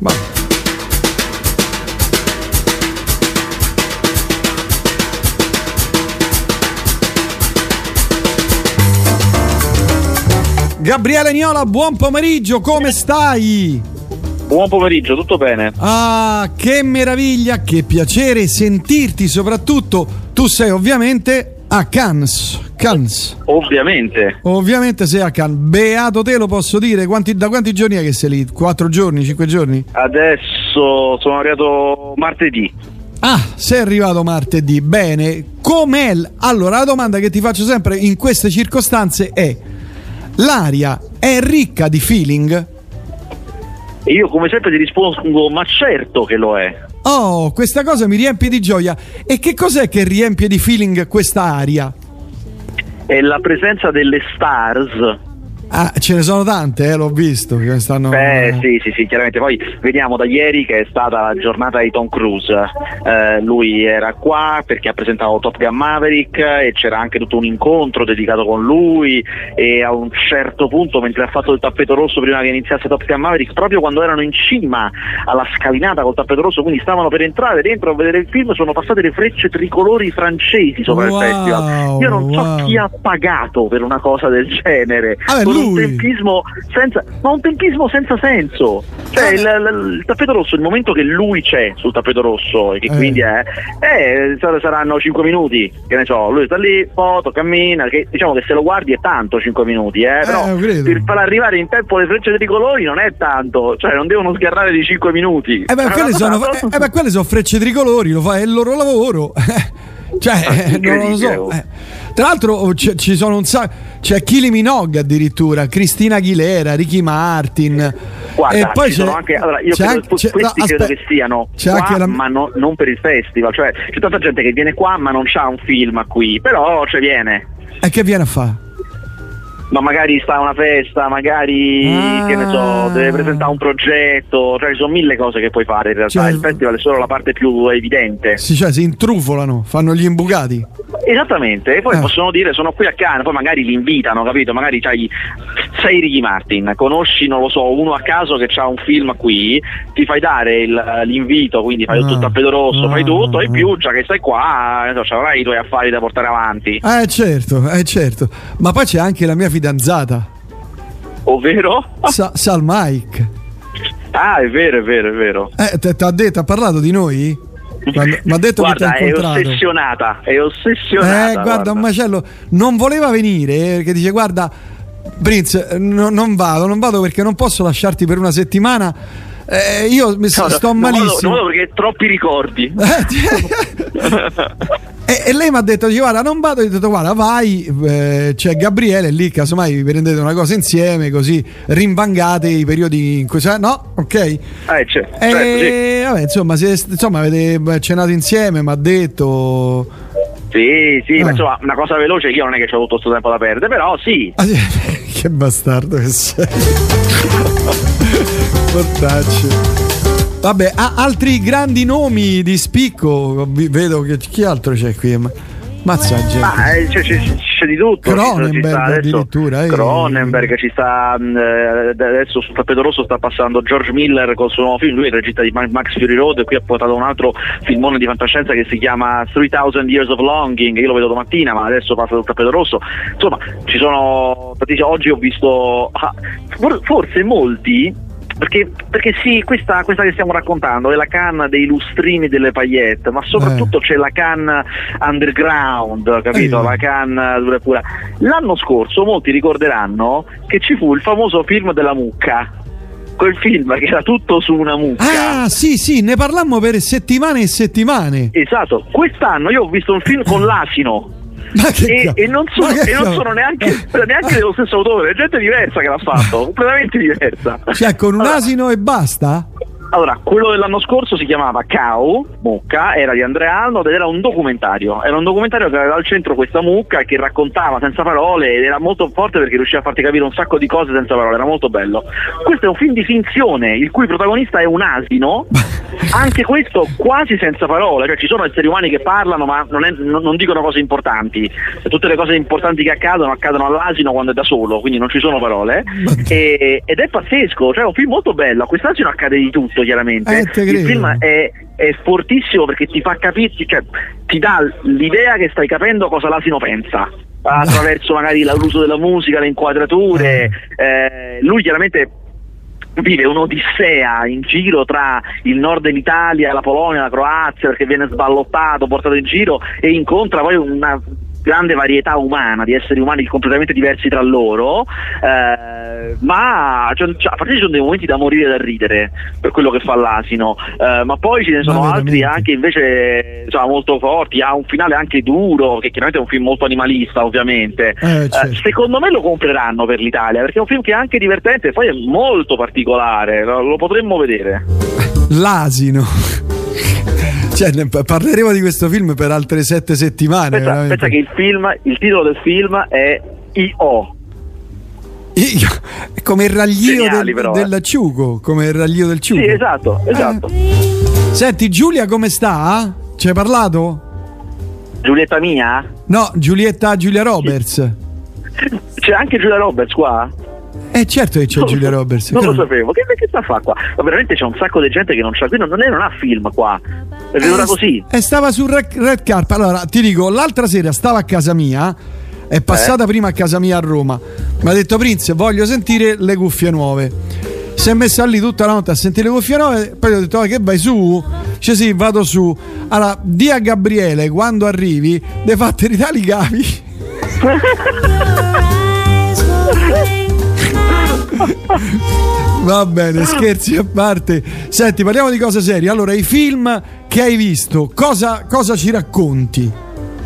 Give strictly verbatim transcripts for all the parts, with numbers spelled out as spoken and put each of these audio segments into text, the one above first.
Va. Gabriele Niola, buon pomeriggio, come stai? Buon pomeriggio, tutto bene? Ah, che meraviglia, che piacere sentirti, soprattutto tu sei ovviamente a Cannes. Cannes. Ovviamente. Ovviamente sei a Cannes. Beato te, lo posso dire. Quanti, da quanti giorni è che sei lì? Quattro giorni, cinque giorni? Adesso sono arrivato martedì. Ah, sei arrivato martedì, bene. Com'è? l- Allora, la domanda che ti faccio sempre in queste circostanze è: l'aria è ricca di feeling? E io come sempre ti rispondo, ma certo che lo è. Oh, questa cosa mi riempie di gioia. E che cos'è che riempie di feeling questa aria? È la presenza delle stars. Ah, ce ne sono tante, eh, l'ho visto che stanno... Beh, sì, sì, sì, chiaramente. Poi vediamo da ieri che è stata la giornata di Tom Cruise. Eh, lui era qua perché ha presentato Top Gun Maverick e c'era anche tutto un incontro dedicato con lui, e a un certo punto, mentre ha fatto il tappeto rosso prima che iniziasse Top Gun Maverick, proprio quando erano in cima alla scalinata col tappeto rosso, quindi stavano per entrare dentro a vedere il film, sono passate le frecce tricolori francesi sopra Wow, il festival. Io non so wow. chi ha pagato per una cosa del genere. Ah, beh, con lui. un tempismo senza, ma un tempismo senza senso. Cioè il, il, il tappeto rosso, il momento che lui c'è sul tappeto rosso e che Eh. quindi è, eh, sar- saranno cinque minuti, che ne so, lui sta lì, foto, cammina, che diciamo che se lo guardi è tanto cinque minuti, eh, però Eh, credo. per far arrivare in tempo le frecce tricolori non è tanto, cioè non devono sgarrare di cinque minuti. Eh beh, È una quelle cosa- sono, eh, beh, quelle sono frecce tricolori, lo fa, è il loro lavoro. Cioè, eh, non lo so. incredibile. eh. Tra l'altro oh, c- ci sono un sacco. C'è Kylie Minogue addirittura, Cristina Aguilera, Ricky Martin. Guarda, e poi ci sono c'è, anche, allora io c'è credo, anche- c'è- questi no, credo aspetta, che siano c'è qua, anche la- ma no- non per il festival, cioè c'è tanta gente che viene qua ma non c'ha un film qui, però ci viene. E che viene a fare? Ma magari sta a una festa, magari Ah. che ne so, deve presentare un progetto, cioè ci sono mille cose che puoi fare in realtà, Cioè- il festival è solo la parte più evidente. Sì, cioè si intrufolano, fanno gli imbucati. Esattamente, e poi Eh. possono dire sono qui a Cannes, poi magari li invitano, capito? Magari c'hai sei Ricky Martin, conosci, non lo so, uno a caso che c'ha un film qui, ti fai dare il- l'invito, quindi fai tutto il Ah. tappeto rosso, Ah. fai tutto, e più già che stai qua, non so, avrai i tuoi affari da portare avanti. Eh certo, eh certo. Ma poi c'è anche la mia fidanzata, Ovvero? Sa- Salmaik. Ah, è vero, è vero, è vero. Eh, ti ha detto, ha parlato di noi? Mi ha detto Guarda, che ti ha è incontrato. ossessionata, è ossessionata. Eh, guarda, un macello, non voleva venire eh, perché dice: guarda, Prince, eh, no- non vado, non vado perché non posso lasciarti per una settimana. Eh, io mi No, sto non vado- malissimo. non vado perché troppi ricordi. e, e lei mi ha detto: dice, guarda, non vado. Io ho detto: guarda, vai, eh, c'è Gabriele lì, casomai vi prendete una cosa insieme, così rinvangate i periodi in cui. No, ok. Eh, c'è, certo, sì. E vabbè, insomma, siete- insomma, avete cenato insieme, mi ha detto. Sì, sì, Ah. ma insomma, una cosa veloce, io non è che ho avuto questo tempo da perdere, però sì. Ah, sì. Che bastardo che sei. Portacci. Vabbè, ha altri grandi nomi di spicco. Vi- Vedo che chi altro c'è qui? Ma- Mazza gente. Ma eh, c'è, c'è- c'è di tutto. Cronenberg ci sta adesso, addirittura, eh. Cronenberg ci sta, mh, eh, adesso sul tappeto rosso sta passando George Miller col suo nuovo film, lui è il regista di Ma- Max Fury Road, e qui ha portato un altro filmone di fantascienza che si chiama three thousand Years of Longing, io lo vedo domattina, ma adesso passa sul tappeto rosso. Insomma, ci sono, oggi ho visto, ah, for- forse molti, Perché, perché sì, questa, questa che stiamo raccontando è la Cannes dei lustrini delle paillette, ma soprattutto Eh. c'è la Cannes underground, capito? Eh. La Cannes dura e pura. L'anno scorso molti ricorderanno che ci fu il famoso film della mucca, quel film che era tutto su una mucca. Ah, sì, sì, ne parlammo per settimane e settimane. Esatto, quest'anno io ho visto un film con l'asino. Ma che E, ca- e non sono, ma che e non ca- sono neanche, neanche dello stesso autore, è gente diversa che l'ha fatto, completamente diversa. Cioè, con un Allora, asino e basta? Allora, quello dell'anno scorso si chiamava Cow, mucca, era di Andrea Arnold ed era un documentario. Era un documentario che aveva al centro questa mucca che raccontava senza parole ed era molto forte perché riusciva a farti capire un sacco di cose senza parole, era molto bello. Questo è un film di finzione, il cui protagonista è un asino anche questo quasi senza parole, cioè ci sono esseri umani che parlano ma non, è, non, non dicono cose importanti, tutte le cose importanti che accadono accadono all'asino quando è da solo, quindi non ci sono parole e, ed è pazzesco, cioè è un film molto bello, a quest'asino accade di tutto chiaramente, eh, il film è, è fortissimo perché ti fa capire, cioè, ti dà l'idea che stai capendo cosa l'asino pensa attraverso magari l'uso della musica, le inquadrature, eh, lui chiaramente vive un'odissea in giro tra il nord dell'Italia, la Polonia, la Croazia, perché viene sballottato, portato in giro e incontra poi una grande varietà umana, di esseri umani completamente diversi tra loro, eh, ma cioè, cioè, a parte ci sono dei momenti da morire da ridere per quello che fa l'asino, eh, ma poi ce ne sono ma altri anche invece insomma, molto forti, ha un finale anche duro, che chiaramente è un film molto animalista ovviamente, eh, certo. eh, secondo me lo compreranno per l'Italia, perché è un film che è anche divertente e poi è molto particolare, lo, lo potremmo vedere. L'asino. Cioè, parleremo di questo film per altre sette settimane. Pensa, pensa che il film, il titolo del film è I O. Io, è come il raglio Geniali, del, però, dell'acciugo, come il raglio del ciugo. Sì, esatto, esatto. Eh. Senti, Giulia come sta? Ci hai parlato? Giulietta mia? No, Giulietta Giulia Roberts. C'è anche Giulia Roberts qua? Eh certo che c'è non Giulia so, Roberts. Non lo sapevo. Che, che sta a fa qua? Ma veramente c'è un sacco di gente che non c'ha. Qui non, lei non ha film qua. È venuta eh, così. E stava sul red, red carpet. Allora, ti dico, l'altra sera stava a casa mia. È passata eh? prima a casa mia a Roma. Mi ha detto: Prince, voglio sentire le cuffie nuove. Si è messa lì tutta la notte a sentire le cuffie nuove. Poi gli ho detto: oh, che vai su? Cioè sì, vado su. Allora, di a Gabriele quando arrivi, devi fatti ritali i cavi. Va bene, scherzi a parte. Senti, parliamo di cose serie. Allora, i film che hai visto, cosa, cosa ci racconti?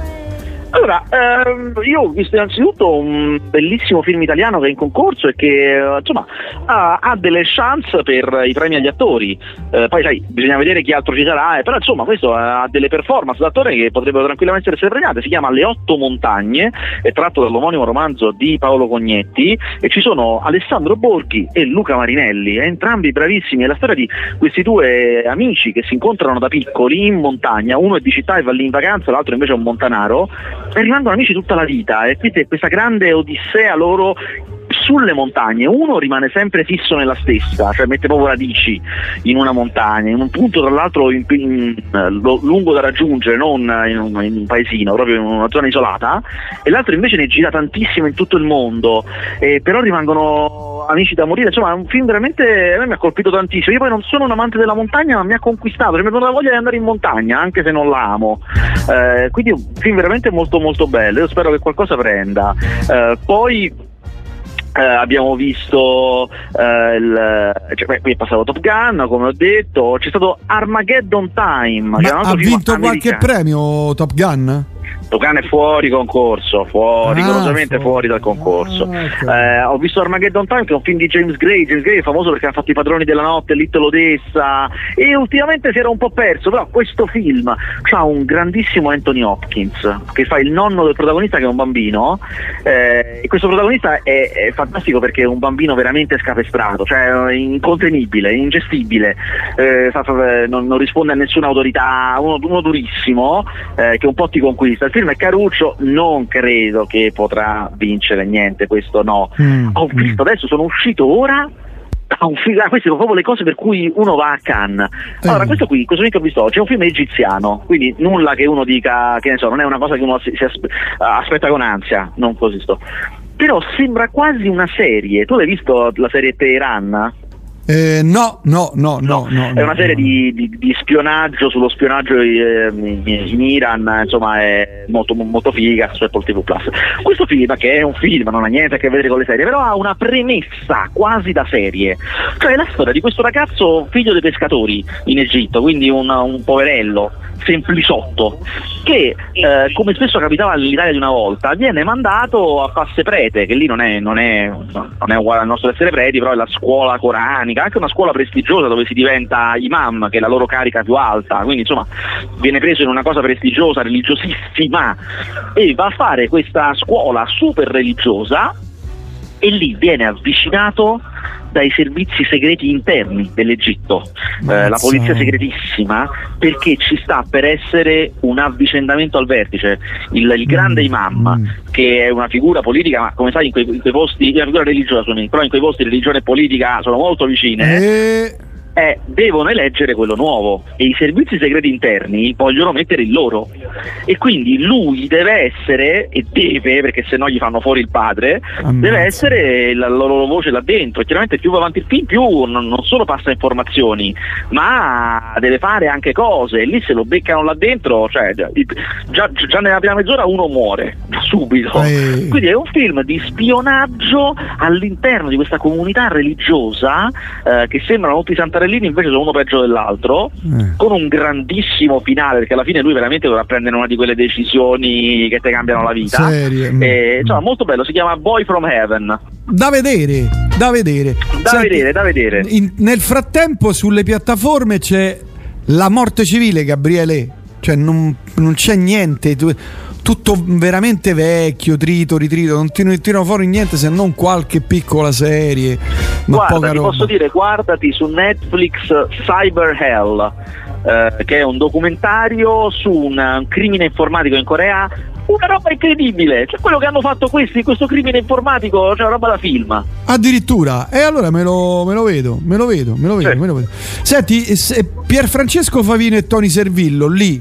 Allora, ehm, io ho visto innanzitutto un bellissimo film italiano che è in concorso e che insomma ha, ha delle chance per i premi agli attori, eh, poi sai, bisogna vedere chi altro ci sarà, eh, però insomma questo ha delle performance d'attore che potrebbero tranquillamente essere premiate. Si chiama Le Otto Montagne, è tratto dall'omonimo romanzo di Paolo Cognetti e ci sono Alessandro Borghi e Luca Marinelli, entrambi bravissimi. È la storia di questi due amici che si incontrano da piccoli in montagna, uno è di città e va lì in vacanza, l'altro invece è un montanaro, e rimangono amici tutta la vita e quindi è questa grande odissea loro sulle montagne. Uno rimane sempre fisso nella stessa, cioè mette proprio radici in una montagna, in un punto tra l'altro in, in, in, lungo da raggiungere, non in un, in un paesino, proprio in una zona isolata, e l'altro invece ne gira tantissimo in tutto il mondo, eh, però rimangono amici da morire. Insomma è un film veramente, a me mi ha colpito tantissimo. Io poi non sono un amante della montagna, ma mi ha conquistato, mi è venuta la voglia di andare in montagna anche se non la amo, eh, quindi è un film veramente molto molto bello. Io spero che qualcosa prenda. eh, poi Uh, abbiamo visto uh, il, cioè, qui è passato Top Gun, come ho detto, c'è stato Armageddon Time. Ma che è un altro ha film vinto americano. Qualche premio Top Gun? Top Gun è fuori concorso, fuori, ah, rigorosamente fuori. fuori dal concorso. Ah, okay. eh, ho visto Armageddon Time, che è un film di James Gray. James Gray è famoso perché ha fatto I Padroni della Notte, Little Odessa, e ultimamente si era un po' perso, però questo film c'ha un grandissimo Anthony Hopkins che fa il nonno del protagonista, che è un bambino, eh, e questo protagonista è, è fantastico perché è un bambino veramente scapestrato, cioè incontenibile, ingestibile, eh, fa, fa, non, non risponde a nessuna autorità, uno, uno durissimo, eh, che un po' ti conquista. Il film è caruccio, non credo che potrà vincere niente, questo no. Mm, ho visto, mm. adesso sono uscito ora da un film, ah, queste sono proprio le cose per cui uno va a Cannes. Allora, eh. questo qui, questo film che ho visto oggi è un film egiziano, quindi nulla che uno dica, che ne so, non è una cosa che uno si, si aspe- aspetta con ansia, non così sto. Però sembra quasi una serie. Tu l'hai visto la serie Teheran? Eh, no, no, no, no, no. È una serie no. Di, di, di spionaggio, sullo spionaggio eh, in Iran, insomma è molto, molto figa su Apple T V Plus. Questo film, che è un film, non ha niente a che vedere con le serie, però ha una premessa quasi da serie. Cioè è la storia di questo ragazzo figlio dei pescatori in Egitto, quindi un, un poverello sempliciotto, che eh, come spesso capitava all'Italia di una volta, viene mandato a Fasse Prete, che lì non è, non è, non è uguale al nostro essere preti, però è la scuola coranica, anche una scuola prestigiosa dove si diventa imam, che è la loro carica più alta, quindi insomma viene preso in una cosa prestigiosa, religiosissima, e va a fare questa scuola super religiosa e lì viene avvicinato dai servizi segreti interni dell'Egitto, eh, la polizia segretissima, perché ci sta per essere un avvicendamento al vertice. Il, il grande imam, mm. che è una figura politica, ma come sai in quei, in quei posti, è una figura religiosa, però in quei posti religione e politica sono molto vicine. E... Eh, devono eleggere quello nuovo e i servizi segreti interni vogliono mettere il loro, e quindi lui deve essere, e deve, perché se no gli fanno fuori il padre, Ammazza. deve essere la loro voce là dentro, e chiaramente più va avanti il film più non, non solo passa informazioni, ma deve fare anche cose, e lì se lo beccano là dentro, cioè già, già nella prima mezz'ora uno muore subito. Ehi. Quindi è un film di spionaggio all'interno di questa comunità religiosa, eh, che sembrano tutti santarelli, invece sono uno peggio dell'altro, eh. con un grandissimo finale, perché alla fine lui veramente dovrà prendere una di quelle decisioni che ti cambiano la vita. Serie. E, insomma, molto bello, si chiama Boy from Heaven. Da vedere, da vedere. Da Senti, vedere, da vedere. In, nel frattempo sulle piattaforme c'è La morte civile, Gabriele, cioè non, non c'è niente, tu, tutto veramente vecchio, trito, ritrito, non tirano, tirano fuori niente se non qualche piccola serie. Ma guarda, poca ti roba. posso dire, guardati su Netflix Cyber Hell, eh, che è un documentario su un, un crimine informatico in Corea, una roba incredibile, cioè quello che hanno fatto questi, questo crimine informatico, cioè una roba da film. Addirittura, e allora me lo, me lo vedo, me lo vedo, me lo vedo, sì. me lo vedo. Senti, Pierfrancesco Favino e Tony Servillo lì,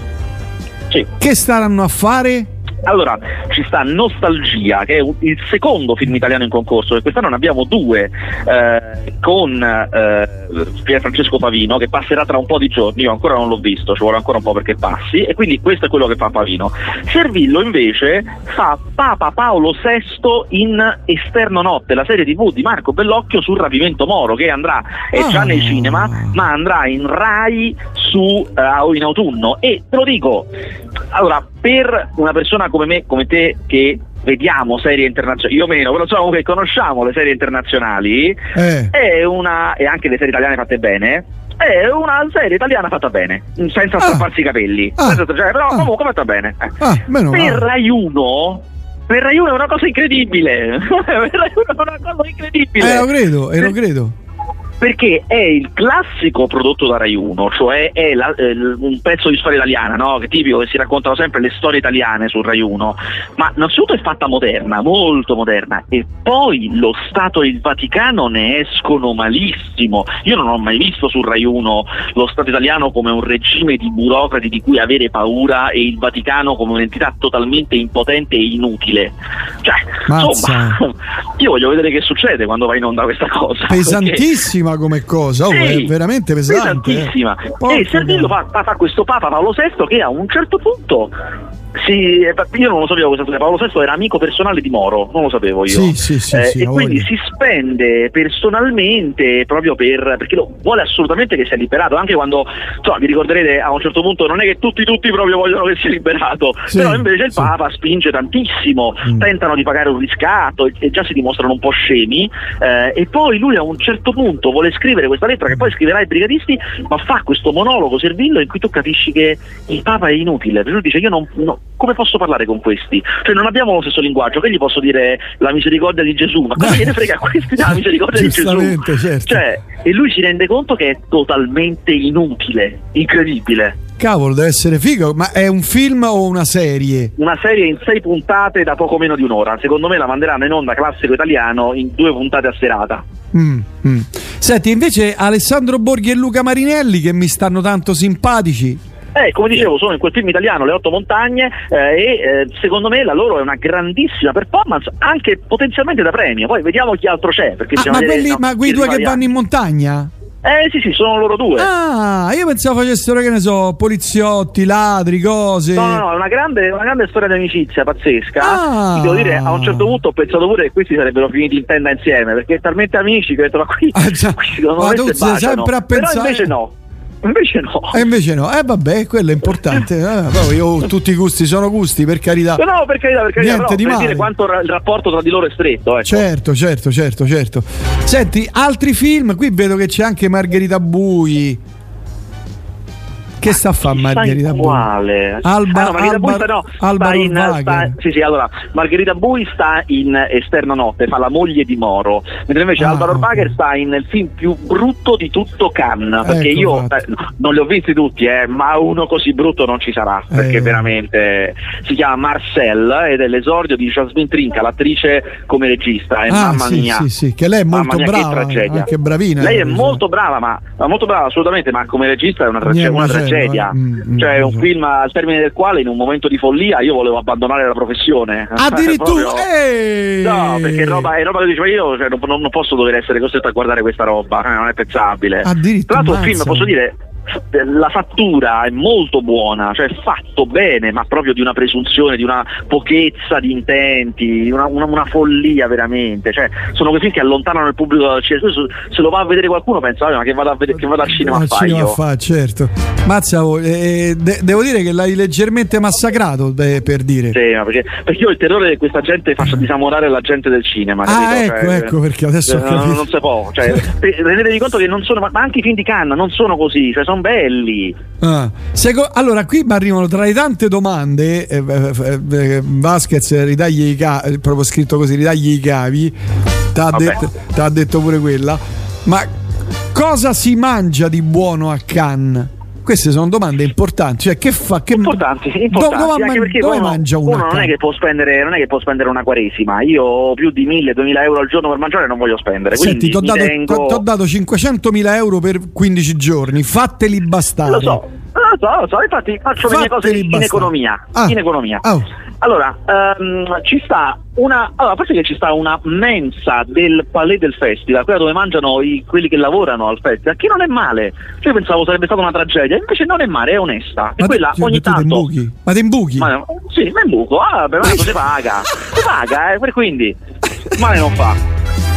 sì. che staranno a fare? Allora, ci sta Nostalgia, che è il secondo film italiano in concorso, e quest'anno ne abbiamo due, eh, con eh, Pierfrancesco Favino, che passerà tra un po' di giorni. Io ancora non l'ho visto, ci vuole ancora un po' perché passi, e quindi questo è quello che fa Favino. Servillo invece fa Papa Paolo sesto in Esterno Notte, la serie tivù di Marco Bellocchio sul rapimento Moro, che andrà, è già ah. nei cinema, ma andrà in Rai su uh, in autunno. E te lo dico, allora, per una persona come me, come te, che vediamo serie internazionali, io meno, però insomma che conosciamo le serie internazionali, eh. è una, e anche le serie italiane fatte bene, è una serie italiana fatta bene, senza ah. strapparsi i capelli, ah. senza, cioè, però ah. comunque fatta bene. Eh. Ah, meno per male. Rai uno per Rai uno è una cosa incredibile. Per Rai uno è una cosa incredibile. Eh, lo credo, eh, lo credo. Perché è il classico prodotto da Rai uno, cioè è la, eh, un pezzo di storia italiana, no? Che è tipico, che si raccontano sempre le storie italiane su Rai uno, ma innanzitutto è fatta moderna, molto moderna, e poi lo Stato e il Vaticano ne escono malissimo. Io non ho mai visto su Rai uno lo Stato italiano come un regime di burocrati di cui avere paura, e il Vaticano come un'entità totalmente impotente e inutile. Cioè, insomma, io voglio vedere che succede quando va in onda questa cosa. Pesantissima perché... come cosa, oh, sì, è veramente pesante. Pesantissima. Eh. E Servillo fa, fa questo Papa Paolo sesto che a un certo punto sì, io non lo sapevo questa storia. Paolo sesto era amico personale di Moro, non lo sapevo io. Sì, sì, sì, eh, sì, e quindi voglia. Si spende personalmente proprio per, perché lo vuole assolutamente che sia liberato, anche quando, insomma, vi ricorderete, a un certo punto non è che tutti tutti proprio vogliono che sia liberato, sì, però invece il sì. Papa spinge tantissimo, mm. tentano di pagare un riscatto e, e già si dimostrano un po' scemi, eh, e poi lui a un certo punto vuole scrivere questa lettera che poi scriverà ai brigatisti, ma fa questo monologo Servillo in cui tu capisci che il Papa è inutile, perché lui dice io non, no, come posso parlare con questi? Cioè non abbiamo lo stesso linguaggio, che gli posso dire la misericordia di Gesù? Ma cosa gliene frega a questi la misericordia di Gesù? Certo. Cioè, e lui si rende conto che è totalmente inutile, incredibile. Cavolo, deve essere figo, ma è un film o una serie? Una serie in sei puntate da poco meno di un'ora. Secondo me la manderanno in onda classico italiano in due puntate a serata. Mm, mm. Senti, invece Alessandro Borghi e Luca Marinelli, che mi stanno tanto simpatici. Eh, come dicevo, sono in quel film italiano Le Otto Montagne, eh, e eh, secondo me la loro è una grandissima performance, anche potenzialmente da premio. Poi vediamo chi altro c'è, perché ah, ma, vedere, quelli, no, ma quei due che vanno in montagna? Eh sì sì, sono loro due. Ah, io pensavo facessero, che ne so, poliziotti, ladri, cose. No, no, no, è una grande, una grande storia di amicizia pazzesca. Ah. Ti devo dire, a un certo punto ho pensato pure che questi sarebbero finiti in tenda insieme, perché talmente amici che ho detto, ma qui, ah, già. qui secondo ma me tu se sei baciano. sempre a pensare. Però invece no. Invece no. E invece no, eh vabbè, quello è importante. eh, io tutti i gusti sono gusti, per carità. No, no, per carità, per carità, niente però, di per male. dire quanto ra- il rapporto tra di loro è stretto, ecco. Certo, certo, certo, certo. Senti, altri film, qui vedo che c'è anche Margherita Bui. Che sta a fare Margherita Bui? Quale? Alba, ah, no, Margherita Alba, Bui sta, no, Alba sta in, sta, sì, sì, allora, Margherita Bui sta in Esterno Notte, fa la moglie di Moro, mentre invece ah, Alba Rohrwacher okay. sta in il film più brutto di tutto Cannes, perché ecco, io eh, non li ho visti tutti, eh, ma uno così brutto non ci sarà, perché eh. veramente si chiama Marcel ed è l'esordio di Jasmine Trinca, l'attrice come regista, e ah, mamma sì, mia, sì, sì, che lei è molto mia, brava, anche bravina. Lei è molto brava, ma, ma molto brava assolutamente, ma come regista è una, trage- una tragedia, mm, cioè è un so. film al termine del quale in un momento di follia io volevo abbandonare la professione. Addirittura? Proprio... no, perché è roba, è roba che dicevo io, cioè, non, non posso dover essere costretto a guardare questa roba, eh, non è pensabile. Addirittura. Tra l'altro un film, posso dire, la fattura è molto buona, cioè fatto bene, ma proprio di una presunzione, di una pochezza di intenti, di una, una, una follia veramente, cioè sono quei film che allontanano il pubblico dal cinema. Se lo va a vedere qualcuno pensa, vabbè, ma che vado, a vedere, che vado al cinema a fare io? Fa, certo. Mazza, eh, de- devo dire che l'hai leggermente massacrato, beh, per dire. Sì, ma perché, perché io ho il terrore che questa gente faccia disamorare la gente del cinema. Ah, ecco, cioè, ecco perché adesso eh, non, non si può, cioè, rendetevi conto che non sono, ma anche i film di Cannes non sono così, cioè sono belli. Ah. Seco- allora qui mi arrivano tra le tante domande, eh, eh, eh, Vasquez ritagli i cavi, proprio scritto così, ritagli i cavi, t'ha detto, t'ha detto pure quella, ma cosa si mangia di buono a Cannes? Queste sono domande importanti, cioè che fa che importanti, importanti dove, dove, anche perché dove uno, mangia uno? Uno non è che può spendere, non è che può spendere una quaresima. Io ho più di mille duemila euro al giorno per mangiare, non voglio spendere. Senti, ti ho dato, tengo... dato cinquecentomila euro per quindici giorni, fateli bastare. Lo so, lo so, lo so, infatti faccio Fateli le mie cose in, in economia. Ah. In economia. Oh. Allora, um, ci sta una. Allora, a parte che ci sta una mensa del Palais del Festival, quella dove mangiano i, quelli che lavorano al festival, che non è male. Cioè, io pensavo sarebbe stata una tragedia, invece non è male, è onesta. E ma quella te, ogni te tanto. Imbuchi? Ma te imbuchi? Ma, sì, ma imbuco. Ah, vabbè, ma si paga. Si paga, eh, per quindi. Male non fa.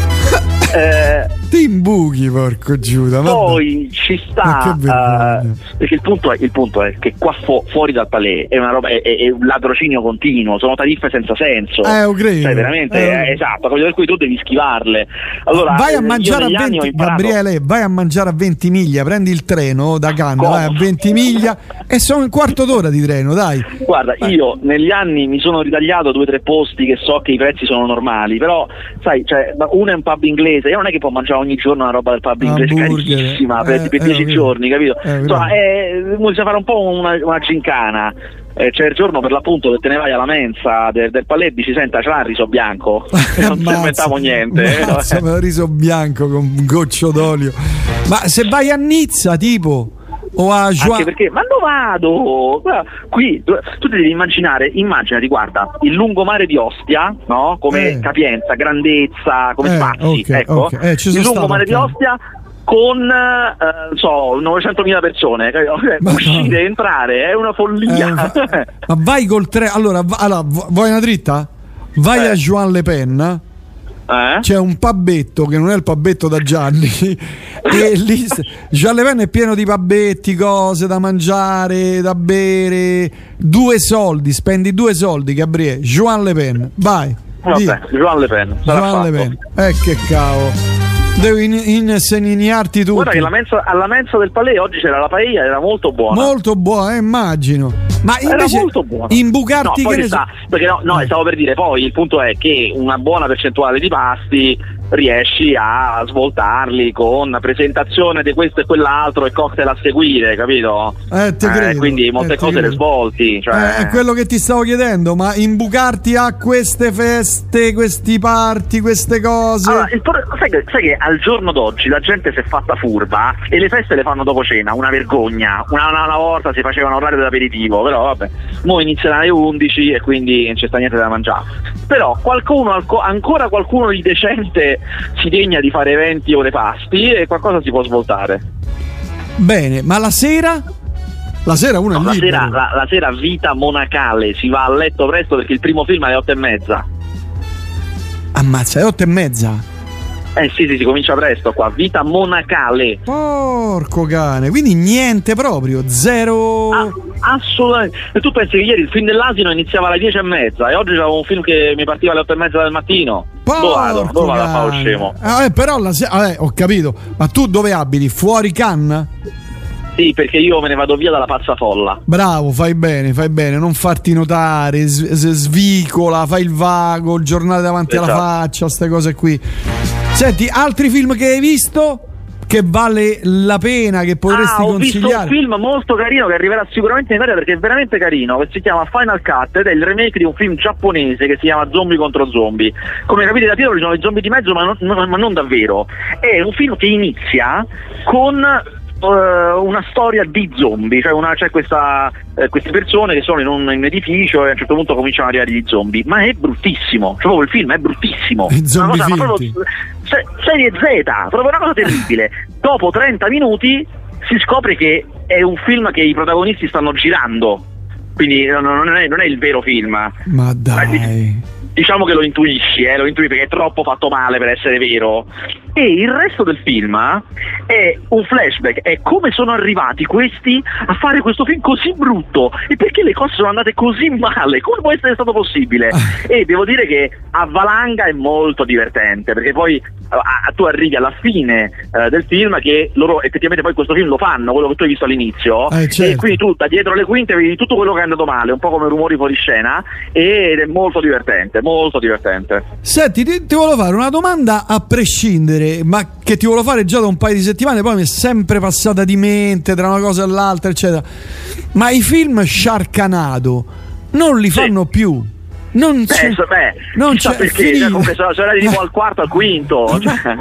Eh, ti imbuchi, porco Giuda. Poi ci sta uh, perché il punto, è, il punto è che qua fu- fuori dal Palais è una roba, è, è, è un ladrocinio continuo, sono tariffe senza senso, eh, ho credo. Cioè veramente eh, eh, esatto, per cui tu devi schivarle. Allora vai a mangiare a venti, imparato... Gabriele, vai a mangiare a Ventimiglia, prendi il treno da Cannes, vai a Ventimiglia e sono un quarto d'ora di treno, dai. Guarda, vai. Io negli anni mi sono ritagliato due o tre posti che so che i prezzi sono normali, però sai, cioè, uno è un pub inglese, io non è che può mangiare ogni giorno una roba del pub inglese carissima per, eh, per dieci eh, giorni, capito? Eh, Insomma, eh, bisogna fare un po' una, una gincana. Eh, c'è il giorno per l'appunto che te ne vai alla mensa del, del Palais e dici senta, ce l'ha il riso bianco? Non ci inventavo niente. Mazza, eh. riso bianco con un goccio d'olio. Ma se vai a Nizza tipo o a Joa... Anche perché, ma dove vado? Qui tu, tu devi immaginare, immaginati, guarda, il lungomare di Ostia, no? Come eh. capienza, grandezza, come eh, spazi, okay, ecco. Okay. Eh, il lungomare di Ostia con eh, so novecentomila persone, cioè, uscire e entrare è una follia. Eh, ma, ma vai col treno, allora, va, allora vuoi una dritta? Vai eh. a Juan Le Pen. Eh? C'è un pubetto che non è il pubetto da Gianni e lì Jean Le Pen è pieno di pubetti, cose da mangiare, da bere, due soldi, spendi due soldi, Gabriele. Jean Le Pen, vai. Vabbè, Jean Le Pen, Jean Le Pen. Eh che cavolo. Devi insegnarti tutto. Guarda che la mensa, alla mensa del Palais oggi c'era la paella, era molto buona. Molto buona, eh, immagino. Ma invece era molto buona. Imbucarti no, che ne sta, so. Perché no, no, stavo per dire, poi il punto è che una buona percentuale di pasti riesci a svoltarli con presentazione di questo e quell'altro e cocktail a seguire, capito? Eh, te credo, eh, quindi molte eh, cose le svolti, cioè... eh, è quello che ti stavo chiedendo, ma imbucarti a queste feste, questi party, queste cose. Allora, il, sai, che, sai che al giorno d'oggi la gente si è fatta furba e le feste le fanno dopo cena, una vergogna. Una, una, una volta si facevano orari dell'aperitivo, però vabbè, mo iniziano alle undici e quindi non c'è sta niente da mangiare. Però qualcuno, ancora qualcuno di decente si degna di fare eventi o repasti e qualcosa si può svoltare. Bene, ma la sera? La sera uno no, è la libero. sera, la, la sera vita monacale, si va a letto presto perché il primo film è alle otto e mezza. Ammazza, è otto e mezza? Eh sì, sì, si comincia presto qua, vita monacale. Porco cane, quindi niente proprio, zero. Ah, assolutamente. E tu pensi che ieri il film dell'asino iniziava alle dieci e mezza e oggi c'avevo un film che mi partiva alle otto e mezza del mattino. Porco dove vado? Dove vado a fare lo scemo? Eh, però la se- ah, eh, ho capito, ma tu dove abiti? Fuori Cannes? Sì, perché io me ne vado via dalla pazza folla. Bravo, fai bene, fai bene, non farti notare, s- s- svicola, fai il vago, il giornale davanti Esatto. alla faccia, queste cose qui. Senti, altri film che hai visto che vale la pena, che potresti ah, ho consigliare? visto un film molto carino che arriverà sicuramente in Italia perché è veramente carino, che si chiama Final Cut ed è il remake di un film giapponese che si chiama Zombie contro Zombie. Come capite da titolo ci sono i zombie di mezzo, ma non, non- ma non davvero. È un film che inizia con uh, una storia di zombie, cioè una, c'è questa, eh, queste persone che sono in un, in un edificio e a un certo punto cominciano ad arrivare gli zombie, ma è bruttissimo, cioè proprio il film è bruttissimo. I zombie Una cosa, ma finti. proprio, se- serie Z, proprio una cosa terribile. Dopo trenta minuti si scopre che è un film che i protagonisti stanno girando, quindi non, non è, non è il vero film. Ma dai. Diciamo che lo intuisci, eh, lo intuisci perché è troppo fatto male per essere vero. E il resto del film è un flashback, è come sono arrivati questi a fare questo film così brutto e perché le cose sono andate così male, come può essere stato possibile? E devo dire che a valanga è molto divertente, perché poi uh, tu arrivi alla fine uh, del film che loro effettivamente poi questo film lo fanno, quello che tu hai visto all'inizio, Eh, certo. e quindi tu da dietro le quinte vedi tutto quello che è andato male, un po' come rumori fuori scena, ed è molto divertente, molto divertente. Senti, ti, ti volevo fare una domanda a prescindere, ma che ti volevo fare già da un paio di settimane, poi mi è sempre passata di mente tra una cosa e l'altra, eccetera. Ma i film Sharknado non li fanno Sì. più? Non c'è, Beh, so- beh, non chissà c'è, perché, finito. cioè, comunque sono, sono arrivati tipo al quarto, al quinto. Cioè.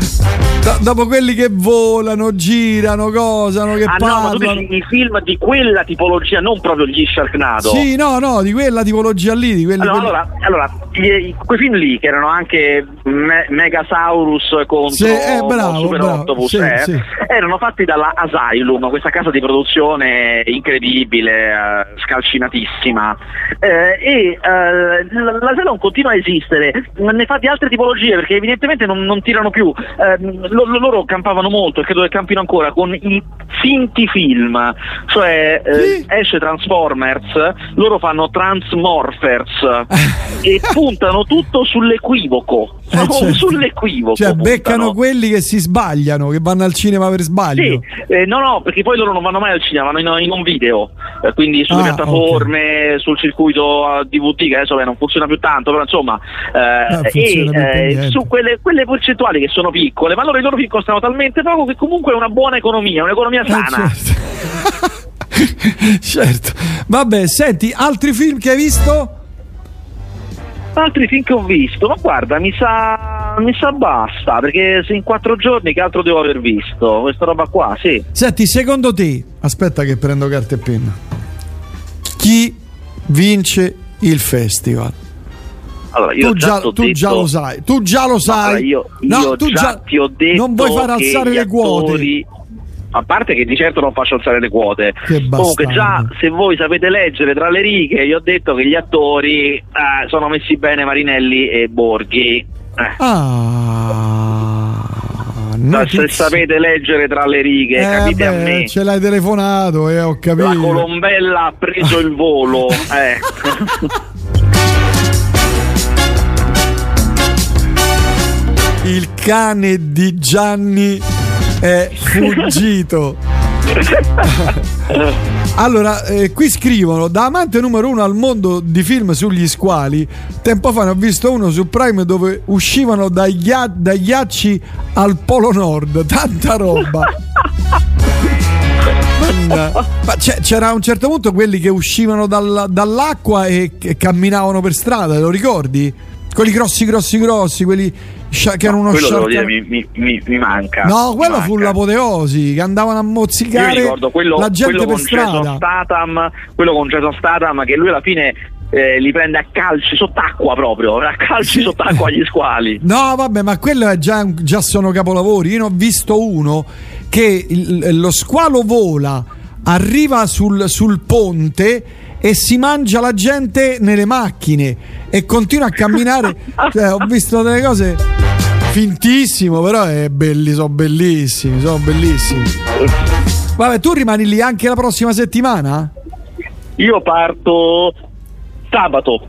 Do- dopo quelli che volano, girano, cosano, che Ah no, ma tu parlano. dici i film di quella tipologia, non proprio gli Sharknado. Sì, no, no, di quella tipologia lì, di quelli Allora, quelli- allora, allora i- i- quei film lì che erano anche Me- Megasaurus contro Sì, eh, bravo, Super bravo, Octopus, sì, eh, sì. erano fatti dalla Asylum, questa casa di produzione incredibile, eh, scalcinatissima, eh, e eh, l- l'Asylum continua a esistere, ne fa di altre tipologie perché evidentemente non, non tirano più. Eh, lo- lo- loro campavano molto e credo che campino ancora con i finti film, cioè eh, Sì. esce Transformers, loro fanno Transmorphers e puntano tutto sull'equivoco. Eh, certo. Sull'equivoco Cioè puntano. beccano quelli che si sbagliano, che vanno al cinema per sbaglio. Sì, eh, no, no, perché poi loro non vanno mai al cinema, vanno in, in un video, eh, quindi sulle Ah, piattaforme, sul circuito D V D, che adesso beh, non funziona più tanto, però insomma, eh, No, e funziona più per eh, niente. su quelle, quelle percentuali che sono piccole, ma loro i loro film costano talmente poco che comunque è una buona economia, un'economia Eh, sana. certo. Certo. Vabbè, senti, altri film che hai visto? Altri film che ho visto, ma guarda, mi sa, mi sa basta, perché se in quattro giorni che altro devo aver visto? Questa roba qua, sì. Senti, secondo te, aspetta che prendo carta e penna, chi vince il festival? Allora, io Tu già, t'ho tu detto- già lo sai, tu già lo sai. Allora, io, No, io tu già ti ho detto non vuoi far che alzare gli le quote. attori- a parte che di certo non faccio alzare le quote. Che Comunque già bastardo. se voi sapete leggere tra le righe, io ho detto che gli attori eh, sono messi bene Marinelli e Borghi. Eh. Ah, Se notizie. sapete leggere tra le righe, Eh, capite a beh, me. ce l'hai telefonato e eh, ho capito. La Colombella ha preso il volo. eh. Il cane di Gianni è fuggito. Allora, eh, qui scrivono: da amante numero uno al mondo di film sugli squali, tempo fa ne ho visto uno su Prime dove uscivano dai, ghia- dai ghiacci al Polo Nord, tanta roba. Manna. Ma c'è- c'era a un certo punto quelli che uscivano dal- dall'acqua e, e camminavano per strada, lo ricordi? Quelli grossi grossi grossi, quelli scia- che erano uno Quello devo sciarca- dire, mi, mi, mi, mi manca. No, mi quella fu manca. l'apoteosi, che andavano a Io mi mozzicare ricordo quello, la gente quello per con Jason strada. Statham, quello con Jason Statham che lui alla fine eh, li prende a calci sott'acqua proprio, a calci Sì. sott'acqua agli squali. No, vabbè, ma quello è già, già sono capolavori. Io ne ho visto uno che il- lo squalo vola, arriva sul, sul ponte e si mangia la gente nelle macchine e continua a camminare. Cioè, ho visto delle cose fintissimo, però è belli, sono bellissimi, sono bellissimi. Vabbè, tu rimani lì anche la prossima settimana? Io parto sabato.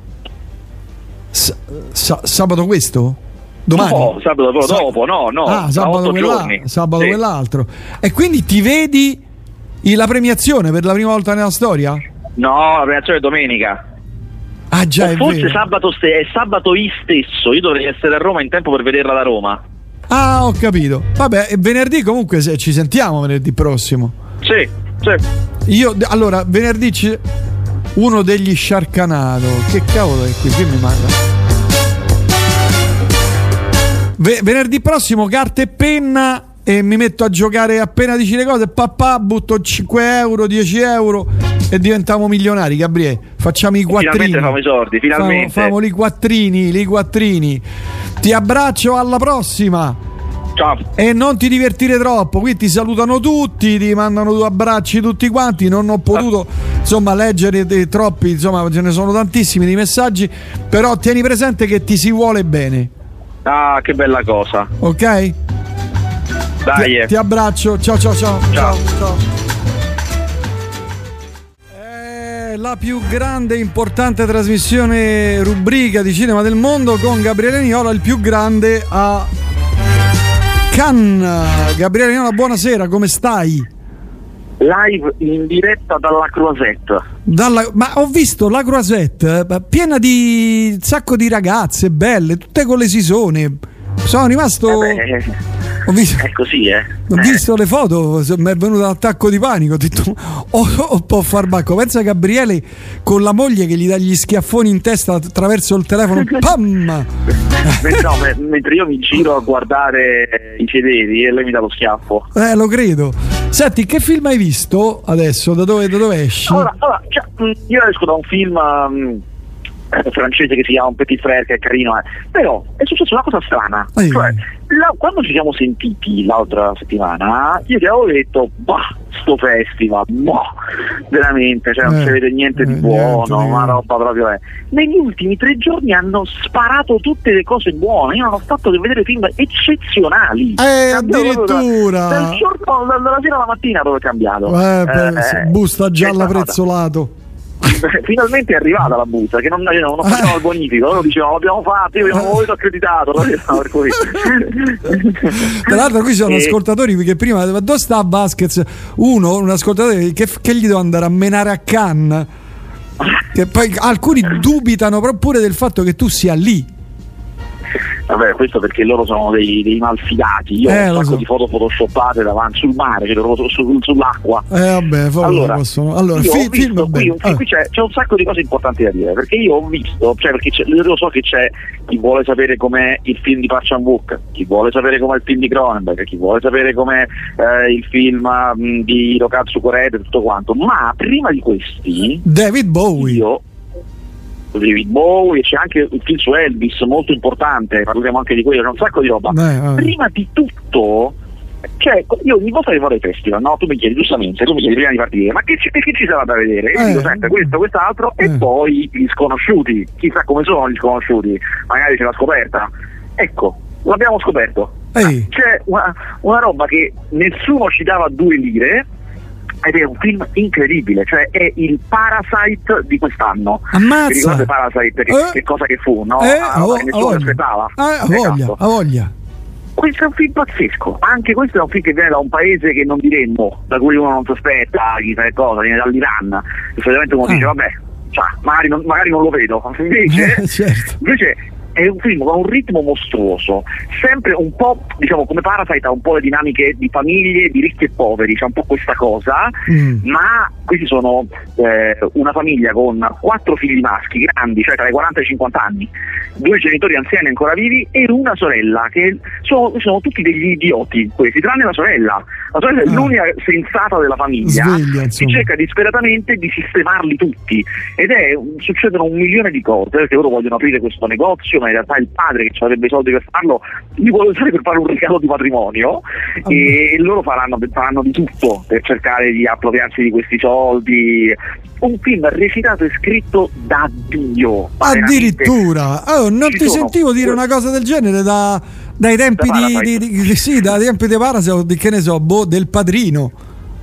S- sa- sabato questo? Domani? No, sabato però Sa- dopo, no, no. Ah, tra sabato, otto quella- giorni. sabato Sì. quell'altro. E quindi ti vedi la premiazione per la prima volta nella storia? No, la premiazione è domenica. Ah già, o è forse vero. sabato ste- è sabato I stesso. Io dovrei essere a Roma in tempo per vederla da Roma. Ah, ho capito. Vabbè, e venerdì comunque se ci sentiamo venerdì prossimo. Sì, sì. Io allora venerdì ci... uno degli Sharknado. Che cavolo è qui? Che mi manda? V- venerdì prossimo carta e penna e mi metto a giocare appena dici le cose, papà, butto cinque euro, dieci euro e diventiamo milionari, Gabriele. Facciamo i quattrini. Finalmente famo i soldi, finalmente. Famo, famo i quattrini, i quattrini. Ti abbraccio, alla prossima. Ciao. E non ti divertire troppo, qui ti salutano tutti, ti mandano due abbracci tutti quanti. Non ho potuto insomma leggere de- troppi, insomma ce ne sono tantissimi di messaggi, però tieni presente che ti si vuole bene. Ah, che bella cosa. Ok? Dai. Ti, ti abbraccio, ciao ciao ciao. Ciao. ciao. È la più grande e importante trasmissione rubrica di cinema del mondo con Gabriele Niola, il più grande a Cannes. Gabriele Niola, buonasera, come stai? Live in diretta dalla Croisette. Dalla, ma ho visto la Croisette eh, piena di un sacco di ragazze belle, tutte con le sisone. Sono rimasto. Eh beh, ho visto, è così, eh. ho visto le foto, mi è venuto l'attacco di panico. Ho detto, oh, oh, può far bacco. Pensa a Gabriele con la moglie che gli dà gli schiaffoni in testa attraverso il telefono. Pam! No, mentre io mi giro a guardare i sederi e lei mi dà lo schiaffo. Eh, lo credo. Senti, che film hai visto adesso? Da dove, da dove esci? Allora, allora cioè, io esco da un film um, francese che si chiama Un Petit Frère, che è carino, eh. Però è successa una cosa strana. Eh. Cioè, la, quando ci siamo sentiti l'altra settimana, io ti avevo detto, bah, sto festival, boh, veramente, cioè non Eh, si vede niente di eh, buono, niente, una eh. roba proprio. Eh. Negli ultimi tre giorni hanno sparato tutte le cose buone, io non ho fatto che vedere film eccezionali. Eh, Cambiato proprio addirittura. Da, dal giorno, da- dalla sera alla mattina proprio è cambiato. Eh, beh, Eh, busta gialla questa prezzolato. finalmente è arrivata la busta, che non, non, non facevamo il bonifico, loro dicevano l'abbiamo fatto, io abbiamo voluto accreditato, per cui. Tra l'altro qui sono E- ascoltatori che prima dove sta Vasquez, uno un ascoltatore che, che gli devo andare a menare a Cannes, che poi alcuni dubitano proprio pure del fatto che tu sia lì. Vabbè, questo perché loro sono dei, dei malfidati. Io Eh, ho lo un sacco so. di foto photoshoppate davanti sul mare, cioè proprio su- su- sull'acqua. Eh vabbè, poi Allora, possono. Allora, io fi- ho visto film qui, bene. un- qui Ah. c'è, c'è un sacco di cose importanti da dire, perché io ho visto, cioè perché c'è, io lo so che c'è chi vuole sapere com'è il film di Park Chan-wook, chi vuole sapere com'è il film di Cronenberg, chi vuole sapere com'è eh, il film mh, di Hirokazu Koreeda e tutto quanto, ma prima di questi David Bowie. io David Bowie, c'è anche il film su Elvis molto importante, parleremo anche di quello, c'è un sacco di roba. Eh, vabbè. Prima di tutto, cioè, io ogni volta che vado ai festival, no, tu mi chiedi giustamente, tu mi chiedi prima di partire, ma che ci, che ci sarà da vedere? E io Eh. dico sempre questo, quest'altro, Eh. e poi gli sconosciuti, chissà come sono gli sconosciuti, magari c'è la scoperta. Ecco, l'abbiamo scoperto. Ehi. C'è una, una roba che nessuno ci dava due lire, ed è un film incredibile, cioè è il Parasite di quest'anno. Ammazza. Ti ricordi Parasite? Che, Eh. che cosa che fu, no? Eh, Ah, a vo- che a nessuno voglia. aspettava. Eh, a voglia, Esatto. a voglia. Questo è un film pazzesco, anche questo è un film che viene da un paese che non diremmo, da cui uno non si aspetta, chissà che cosa, viene dall'Iran, e solitamente uno Ah. dice vabbè, cioè, magari, non, magari non lo vedo, invece, Eh, certo. invece è un film con un ritmo mostruoso, sempre un po', diciamo, come Parasite ha un po' le dinamiche di famiglie, di ricchi e poveri, c'è un po' questa cosa, Mm. ma questi sono eh, una famiglia con quattro figli maschi grandi, cioè tra i quaranta e i cinquanta anni, due genitori anziani ancora vivi e una sorella, che sono, sono tutti degli idioti questi, tranne la sorella. La sorella è Ah. l'unica sensata della famiglia, Sveglia, si insomma. cerca disperatamente di sistemarli tutti ed è succedono un milione di cose, perché loro vogliono aprire questo negozio, ma in realtà il padre, che avrebbe i soldi per farlo, li vuole usare per fare un regalo di patrimonio, e loro faranno, faranno di tutto per cercare di appropriarsi di questi soldi. Un film recitato e scritto da Dio, ma veramente. Addirittura. Oh, non Ci ti sono- sentivo dire una cosa del genere da, dai tempi Da di, Parasite. di, di- sì, dai tempi di Parasite, di che ne so, boh, del Padrino.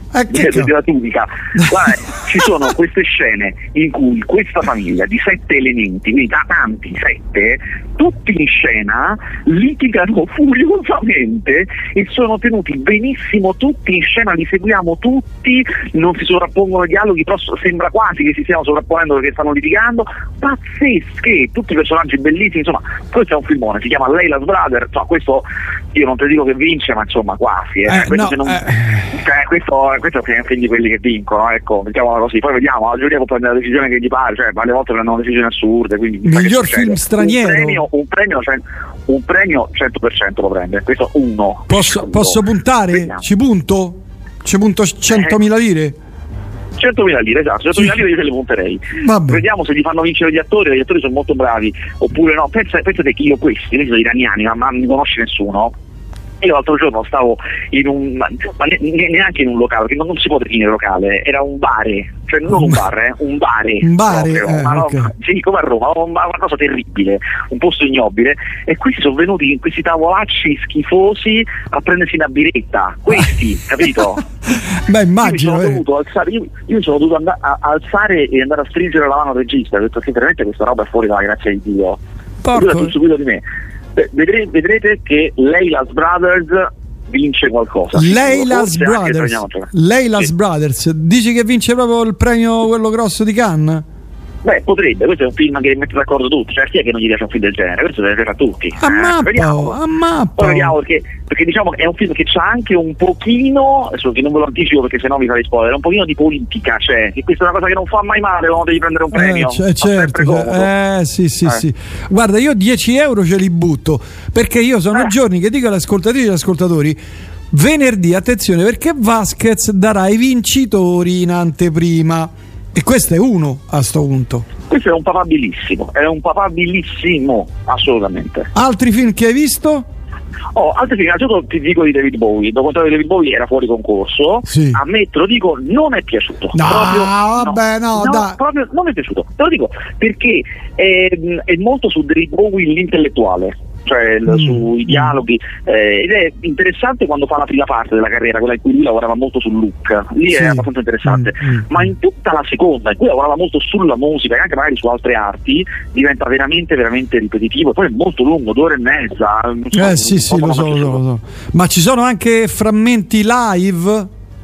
Eh, che della tunica. Guarda, ci sono queste scene in cui questa famiglia di sette elementi, quindi da tanti, sette, tutti in scena litigano furiosamente e sono tenuti benissimo tutti in scena, li seguiamo tutti, non si sovrappongono i dialoghi, però sembra quasi che si stiano sovrapponendo perché stanno litigando, pazzesche, tutti i personaggi bellissimi, insomma, questo è un filmone, si chiama Layla's Brother, insomma, questo io non ti dico che vince, ma insomma quasi, eh. Eh, questo, no, se non, eh. cioè, questo, questo è un film di quelli che vincono, ecco, mettiamola così, poi vediamo, la giuria può prendere la decisione che gli pare, cioè alle volte prendono decisioni assurde, quindi miglior film straniero, un premio, un premio, cioè, un premio cento per cento lo prende, questo uno. Posso, posso puntare? Vediamo. Ci punto? Ci punto centomila lire? centomila lire, esatto, centomila lire io te le punterei. Vabbè. Vediamo se gli fanno vincere gli attori, gli attori sono molto bravi, oppure no, pensa, pensate che io questi, questi sono iraniani, ma, ma non mi conosce nessuno. Io l'altro giorno stavo in un, ma ne, neanche in un locale, perché non, non si può definire locale, era un bare, cioè non un bar, eh, un bare, un bare, proprio, eh, ma okay. no, sì, come a Roma, una, una cosa terribile, un posto ignobile, e questi sono venuti in questi tavolacci schifosi a prendersi una biretta, questi, capito? Beh, immagino. Io mi sono eh. dovuto alzare, io, io mi sono dovuto andare a, a alzare e andare a stringere la mano al regista, perché veramente questa roba è fuori dalla grazia di Dio. Porco. Tu subito di me. Vedrete, vedrete che Layla's Brothers vince qualcosa. Layla's Brothers. Layla's sì. Brothers. Dici che vince proprio il premio quello grosso di Cannes? Beh, potrebbe, questo è un film che mette d'accordo tutti, cioè chi è che non gli piace un film del genere? Questo deve piacere a tutti. A mappa, eh, vediamo. a mappa. Poi vediamo perché, perché diciamo che è un film che c'ha anche un pochino, adesso che non ve lo anticipo perché sennò mi farei spoiler, un pochino di politica, cioè che questa è una cosa che non fa mai male quando devi prendere un premio. Eh, c- certo, cioè, eh sì sì eh. sì. Guarda, io dieci euro ce li butto, perché io sono eh. giorni che dico alle ascoltatrici e agli ascoltatori: venerdì, attenzione, perché Vasquez darà i vincitori in anteprima. E questo è uno a sto punto. Questo è un papabilissimo, è un papabilissimo, assolutamente. Altri film che hai visto? Oh, altri film, innanzitutto ti dico di David Bowie, dopo di David Bowie era fuori concorso, sì. A me te lo dico, non è piaciuto. No, proprio, vabbè, no, no, dai. proprio non mi è piaciuto. Te lo dico perché è, è molto su David Bowie l'intellettuale. Cioè mm. sui dialoghi eh, ed è interessante quando fa la prima parte della carriera, quella in cui lui lavorava molto sul look, lì sì. È abbastanza interessante, mm. Mm. ma in tutta la seconda in cui lavorava molto sulla musica e anche magari su altre arti diventa veramente veramente ripetitivo, poi è molto lungo, due ore e mezza, non so, eh sì sì lo so, lo so, lo so, ma ci sono anche frammenti live?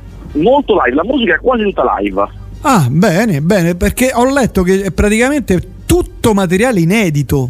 Molto live, la musica è quasi tutta live. Ah, bene, bene, perché ho letto che è praticamente tutto materiale inedito.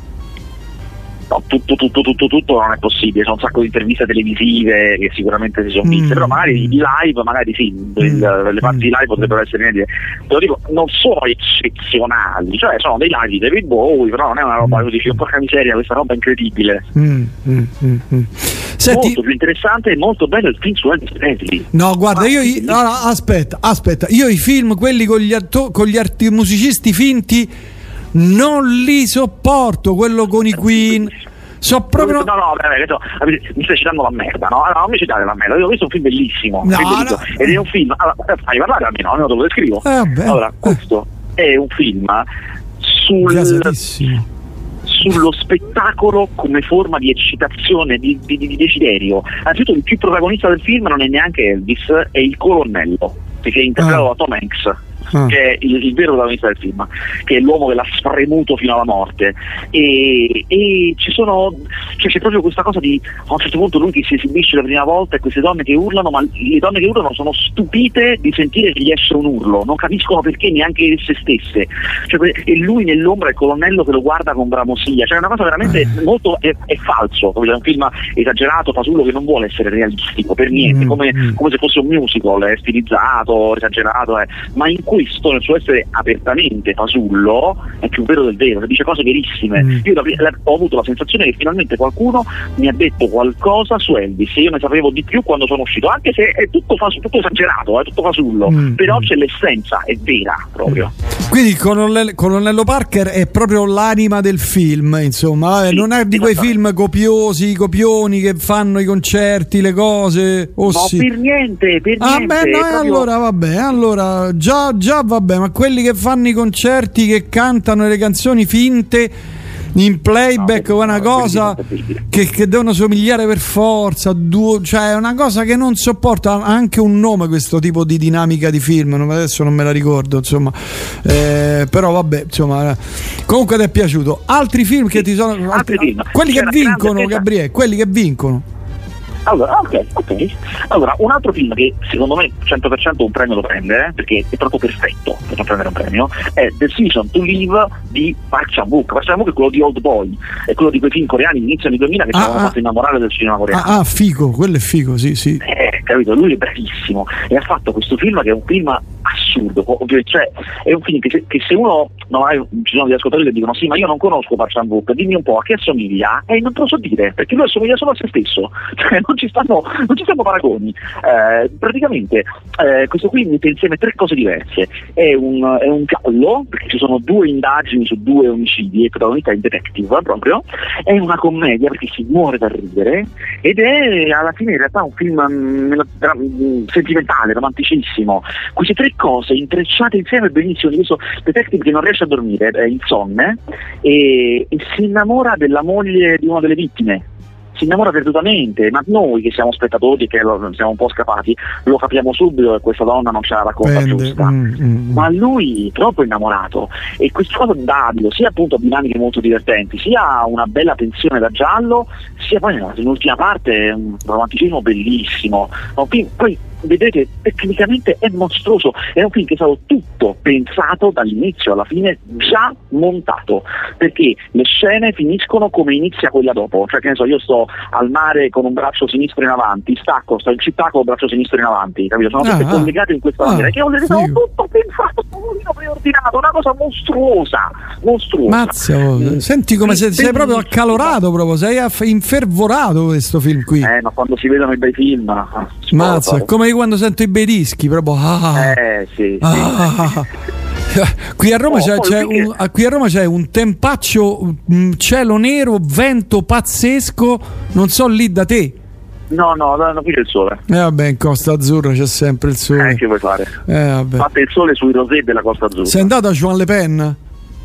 No, tutto, tutto, tutto, tutto non è possibile, sono un sacco di interviste televisive che sicuramente si sono viste, mm. però magari i live, magari sì, mm. il, le parti di live potrebbero essere inedite. Te lo dico, non sono eccezionali, cioè sono dei live di David Bowie, però non è una roba che dici, porca miseria, questa roba è incredibile. Mm. Mm. Mm. Senti, molto più interessante e molto bello il film su Elvis Presley. No, guarda, ah, io i, no, no, aspetta, aspetta, io i film, quelli con gli, atto- con gli arti- musicisti finti non li sopporto, quello con i Queen. So proprio. No, no, vabbè, mi stai citando la merda, no? Allora, non mi citare la merda. Io ho visto un film bellissimo. No, film no. Ed è un film. Allora, fai parlare almeno, almeno te lo descrivo. Eh, allora, questo è un film sul. sullo spettacolo come forma di eccitazione, di, di, di desiderio. Anzitutto il più protagonista del film non è neanche Elvis, è il colonnello, perché è interpretato ah. da Tom Hanks. Ah. Che è il, il vero protagonista del film, che è l'uomo che l'ha spremuto fino alla morte, e, e ci sono, cioè c'è proprio questa cosa di a un certo punto lui che si esibisce la prima volta e queste donne che urlano, ma le donne che urlano sono stupite di sentire che gli esce un urlo, non capiscono perché neanche se stesse, cioè, e lui nell'ombra il colonnello che lo guarda con bramosia, cioè è una cosa veramente molto è, è falso, è un film esagerato, fasullo, che non vuole essere realistico per niente, mm. come, come se fosse un musical, è stilizzato, esagerato, eh. Ma in questo, nel suo essere apertamente fasullo, è più vero del vero, dice cose verissime. Mm. Io ho avuto la sensazione che finalmente qualcuno mi ha detto qualcosa su Elvis, e io ne sapevo di più quando sono uscito, anche se è tutto, fas- tutto esagerato, è tutto fasullo, mm. però c'è l'essenza, è vera proprio. Quindi il colonnello, colonnello Parker è proprio l'anima del film, insomma, sì, non è di quei film copiosi, copioni che fanno i concerti, le cose. Oh, no, sì. per niente, per ah, niente. Beh, no, proprio... allora vabbè, allora già, già vabbè, ma quelli che fanno i concerti, che cantano le canzoni finte in playback, no, è una cosa che, che devono somigliare per forza, due, cioè è una cosa che non sopporta. Ha anche un nome questo tipo di dinamica di film, adesso non me la ricordo, insomma, eh, però vabbè, insomma, comunque ti è piaciuto. Altri film che ti sono, altri, film. quelli C'era che vincono, Gabriele, quelli che vincono. Allora, ok, ok. Allora, un altro film che secondo me cento per cento un premio lo prende, eh, perché è proprio perfetto per non prendere un premio, è Decision to Live di Park Chan-wook. Park Chan-wook è quello di Old Boy, è quello di quei film coreani di inizio anni duemila che ci ah, hanno ah, fatto innamorare del cinema coreano. Ah, ah, figo, quello è figo, sì, sì. Eh, capito, lui è bravissimo e ha fatto questo film che è un film assurdo, ovviamente, cioè è un film che se, che se uno, no, ci sono degli ascoltatori che dicono sì, ma io non conosco Park Chan-wook, dimmi un po' a che assomiglia, e eh, non te lo so dire, perché lui assomiglia solo a se stesso, cioè non ci stanno, non ci stanno paragoni. Eh, praticamente eh, questo qui mette insieme tre cose diverse. È un, è un giallo, perché ci sono due indagini su due omicidi, il protagonista è il detective proprio, è una commedia perché si muore da ridere, ed è alla fine in realtà un film mh, sentimentale, romanticissimo. Queste tre cose intrecciate insieme benissimo di questo detective che non riesce a dormire, è insonne, e, e si innamora della moglie di una delle vittime. Si innamora perdutamente, ma noi che siamo spettatori, che lo, siamo un po' scappati, lo capiamo subito che questa donna non ce la racconta Pende. giusta. Mm, mm. Ma lui troppo innamorato, e questa cosa dà sia appunto dinamiche molto divertenti, sia una bella tensione da giallo, sia poi nell'ultima parte un romanticismo bellissimo. Poi, poi vedete, tecnicamente è mostruoso, è un film che è stato tutto pensato dall'inizio alla fine, già montato, perché le scene finiscono come inizia quella dopo, cioè che ne so, io sto al mare con un braccio sinistro in avanti, stacco, sto in città con il braccio sinistro in avanti, capito? Sono tutte ah, collegate in questa ah, maniera, che è stato tutto pensato, preordinato, una cosa mostruosa, mostruosa. Mazza, mm. Senti come sei, sei proprio accalorato, proprio, sei infervorato questo film qui. Eh, ma quando si vedono i bei film, mazza, come quando sento i bei dischi, proprio ah, eh sì, ah, sì. Qui a Roma, oh, c'è, c'è un, qui a Roma c'è un tempaccio, un cielo nero, vento pazzesco, non so lì da te. No, no, no, qui c'è il sole. Eh vabbè, in Costa Azzurra c'è sempre il sole. Eh, che vuoi fare? Eh, vabbè. Fate il sole sui rosé della Costa Azzurra. Sei andato a Juan Le Pen?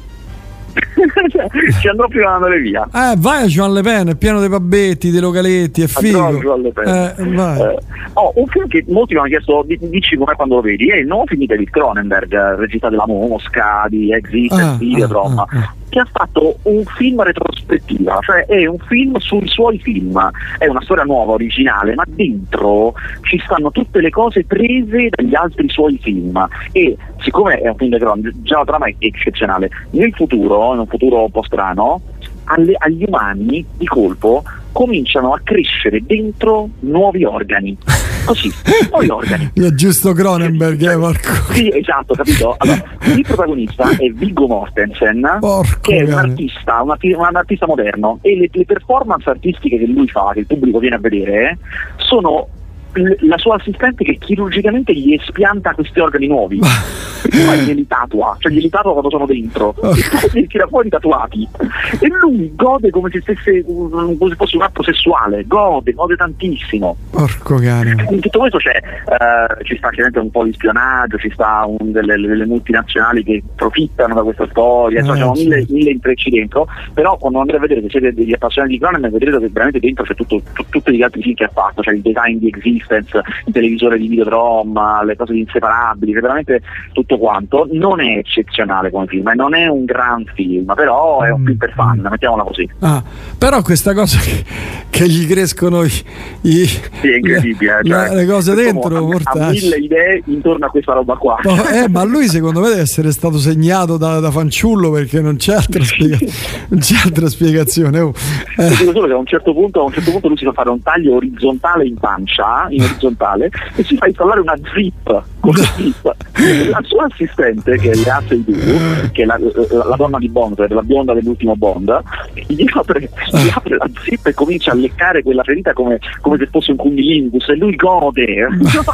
Ci andrò prima di andare via. Eh, vai a Juan Le Pen, è pieno dei pabbetti, dei localetti, è figo. Andrò a Juan Le Pen. Eh, vai. Eh, oh, un film che molti mi hanno chiesto, dici com'è quando lo vedi, è il nuovo film di David Cronenberg, regista della Mosca, di Exit, ah, Videodrome, ah, ah. che ha fatto un film retrospettiva, cioè è un film sui suoi film, è una storia nuova, originale, ma dentro ci stanno tutte le cose prese dagli altri suoi film, e siccome è un film di Cronenberg, già la trama è eccezionale. Nel futuro, in un futuro un po' strano, alle, agli umani di colpo cominciano a crescere dentro nuovi organi, così, nuovi organi. È giusto Cronenberg, eh, Marco. Sì, esatto, capito? Allora, il protagonista è Viggo Mortensen, Porco che è un cane. artista, un, arti- un artista moderno, e le, le performance artistiche che lui fa, che il pubblico viene a vedere, sono la sua assistente che chirurgicamente gli espianta questi organi nuovi e poi glieli tatua, cioè glieli tatua quando sono dentro e poi li tira fuori tatuati, e lui gode come se stesse come se fosse un atto sessuale, gode, gode tantissimo. Porco cane. In tutto questo c'è uh, ci sta chiaramente un po' di spionaggio, ci sta un, delle, delle multinazionali che profittano da questa storia, eh, cioè, c'è mille, mille intrecci dentro, però quando andrete a vedere, che siete degli appassionati di Cronenberg, vedrete che veramente dentro c'è tutto, t- tutti gli altri film che ha fatto, cioè il design di Exist, il televisore di Videodrome, le cose di Inseparabili, che veramente tutto quanto. Non è eccezionale come film, non è un gran film, però è un film per fan, mettiamola così. Ah, però questa cosa che, che gli crescono i, i, sì, è incredibile, le, cioè, le cose dentro, ha, ha mille idee intorno a questa roba qua. No, eh, ma lui secondo me deve essere stato segnato da, da fanciullo, perché non c'è altra, spiega- non c'è altra spiegazione. Oh. Eh. Dico solo che a un certo punto a un certo punto lui si fa fare un taglio orizzontale in pancia, in orizzontale, e si fa installare una zip con la zip. La sua assistente, che è Lea Seydoux, che è la, la, la donna di Bond, la bionda dell'ultimo Bond, gli apre, gli apre la zip e comincia a leccare quella ferita come, come se fosse un cunnilingus, e lui gode.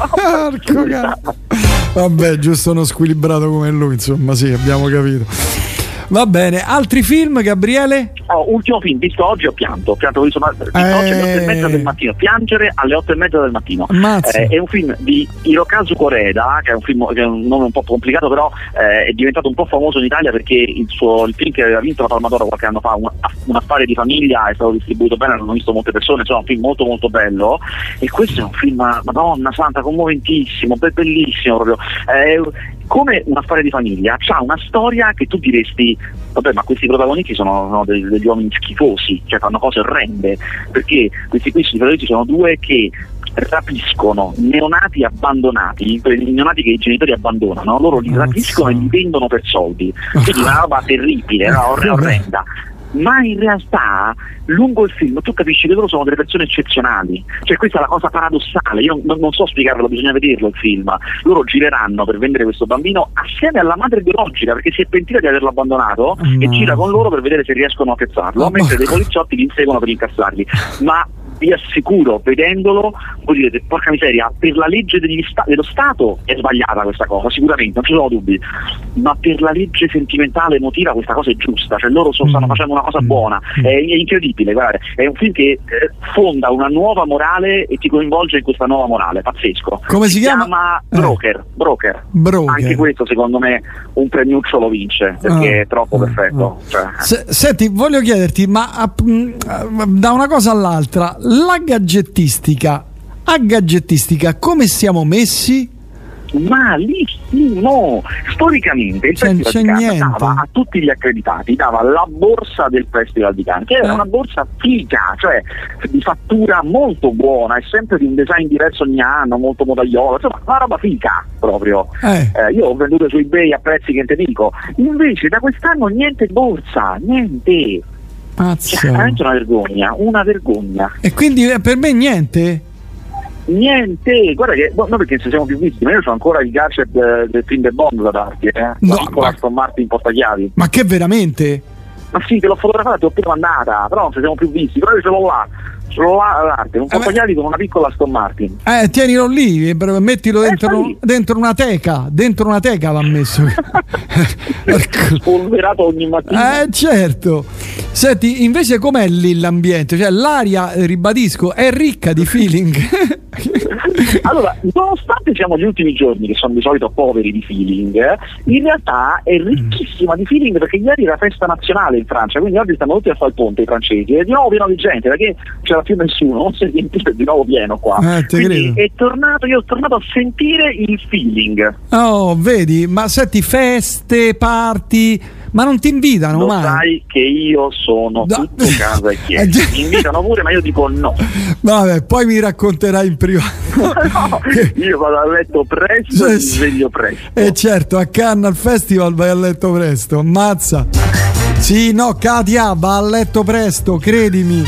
Vabbè, giusto uno squilibrato come lui, insomma, sì, abbiamo capito. Va bene, altri film, Gabriele? Oh, ultimo film, visto oggi ho pianto, ho pianto visto, visto eh... oggi alle otto e mezza del mattino, piangere alle otto e mezza del mattino. Eh, è un film di Hirokazu Koreda, che è un film che è un nome un po' complicato, però eh, è diventato un po' famoso in Italia perché il suo il film che aveva vinto la Palma d'Oro qualche anno fa, un, un affare di famiglia, è stato distribuito bene, l'hanno visto molte persone, insomma, un film molto molto bello. E questo è un film, madonna santa, commoventissimo, bellissimo proprio. Eh, come un affare di famiglia, c'ha una storia che tu diresti, vabbè, ma questi protagonisti sono, sono degli, degli uomini schifosi, cioè fanno cose orrende, perché questi qui i protagonisti sono due che rapiscono neonati abbandonati, i neonati che i genitori abbandonano, loro li rapiscono e li vendono per soldi, quindi una roba terribile, una roba orrenda. Ma in realtà lungo il film tu capisci che loro sono delle persone eccezionali, cioè questa è la cosa paradossale, io non, non so spiegarlo, bisogna vederlo il film. Loro gireranno per vendere questo bambino assieme alla madre biologica, perché si è pentita di averlo abbandonato, no. E gira con loro per vedere se riescono a pezzarlo, no, mentre dei poliziotti li inseguono per incassarli. Ma vi assicuro, vedendolo, voi direte, porca miseria, per la legge degli sta- dello Stato è sbagliata questa cosa, sicuramente, non ci sono dubbi, ma per la legge sentimentale emotiva questa cosa è giusta, cioè loro so, stanno facendo una cosa buona, è, è incredibile, guarda, è un film che eh, fonda una nuova morale e ti coinvolge in questa nuova morale, pazzesco. Come si, si chiama? chiama Broker, eh. Broker. Broker. Anche questo secondo me un premiuccio lo vince, perché ah. è troppo perfetto. Ah. Cioè. Se, senti, voglio chiederti, ma a, da una cosa all'altra, la gadgettistica, a gadgettistica come siamo messi? Malissimo, storicamente il c'è, Festival c'è di Cannes niente. dava a tutti gli accreditati, dava la borsa del Festival di Cannes, che era eh. una borsa figa, cioè di fattura molto buona e sempre di un design diverso ogni anno, molto modaiola, insomma una roba figa proprio. eh. Eh, io ho venduto su eBay a prezzi che te dico, invece da quest'anno niente borsa, niente. Cioè, veramente una vergogna, una vergogna. E quindi per me niente? Niente, guarda che, no, perché non ci siamo più visti, ma io ho ancora il gadget eh, del film del Bond da darti, eh? No, con la Aston Martin portachiavi. Ma che veramente? Ma sì, te l'ho fotografata, ti ho appena mandata, però non ci siamo più visti, però io ce l'ho là, ce l'ho là da darti, un portachiavi eh con una piccola Aston Martin. Eh, tienilo lì, mettilo dentro, eh, dentro una teca, dentro una teca va messo. Polverato ogni mattina. Eh certo. Senti, invece com'è lì l'ambiente? Cioè l'aria, ribadisco, è ricca di feeling. Allora, nonostante siamo gli ultimi giorni che sono di solito poveri di feeling, in realtà è ricchissima di feeling, perché ieri era festa nazionale in Francia, quindi oggi stanno tutti a fare il ponte i francesi, è di nuovo pieno di gente, perché c'era più nessuno, non si è sentito, è di nuovo pieno qua. Eh, quindi credo. è tornato, io ho tornato a sentire il feeling. Oh, vedi, ma senti, feste, party, ma non ti invitano Lo mai? sai che io sono no. tutto casa e chiesa, mi invitano pure, ma io dico no. Vabbè, poi mi racconterai in privato. No, io vado a letto presto e mi sveglio presto. E eh certo, a Cannes al festival vai a letto presto, ammazza. Sì, no, Katia, va a letto presto, credimi.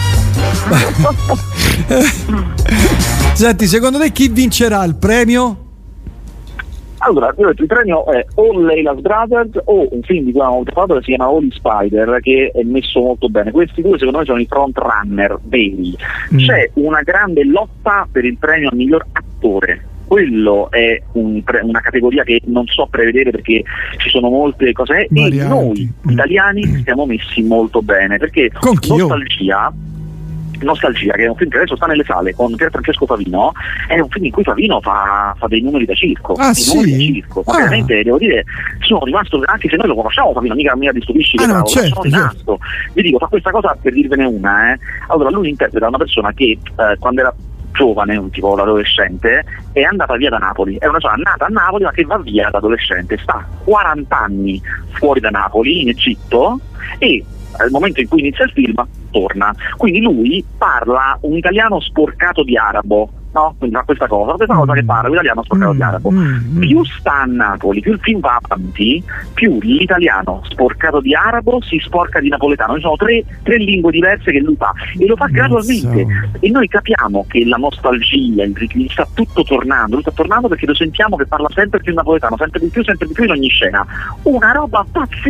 Senti, secondo te chi vincerà il premio? Allora, io ho detto, il premio è o Leila's Brothers o un film di cui abbiamo parlato che si chiama Holy Spider, che è messo molto bene. Questi due secondo me sono i front runner veri. Mm. C'è una grande lotta per il premio al miglior attore. Quello è un, una categoria che non so prevedere, perché ci sono molte cose Varianti. E noi italiani mm. stiamo messi molto bene, perché Nostalgia Nostalgia, che è un film che adesso sta nelle sale con Pier Francesco Favino, è un film in cui Favino fa, fa dei numeri da circo, ah, dei sì? numeri da circo. Ma ah. veramente devo dire, sono rimasto, anche se noi lo conosciamo Favino, mica mica di stupisci che ah, no, certo, sono rimasto. Certo. Vi dico, fa questa cosa per dirvene una, eh. Allora, lui interpreta una persona che eh, quando era giovane, un tipo l'adolescente, è andata via da Napoli, è una persona nata a Napoli ma che va via da adolescente, sta quaranta anni fuori da Napoli, in Egitto, e al momento in cui inizia il film torna, quindi lui parla un italiano sporcato di arabo, no? Quindi fa questa cosa, questa cosa che parla l'italiano sporcato mm, di arabo. Mm, più sta a Napoli, più il film va avanti, più l'italiano sporcato di arabo si sporca di napoletano. Ci sono tre, tre lingue diverse che lui fa e lo fa gradualmente. E noi capiamo che la nostalgia, il, gli sta tutto tornando, lui sta tornando perché lo sentiamo che parla sempre più napoletano, sempre di più, sempre di più in ogni scena. Una roba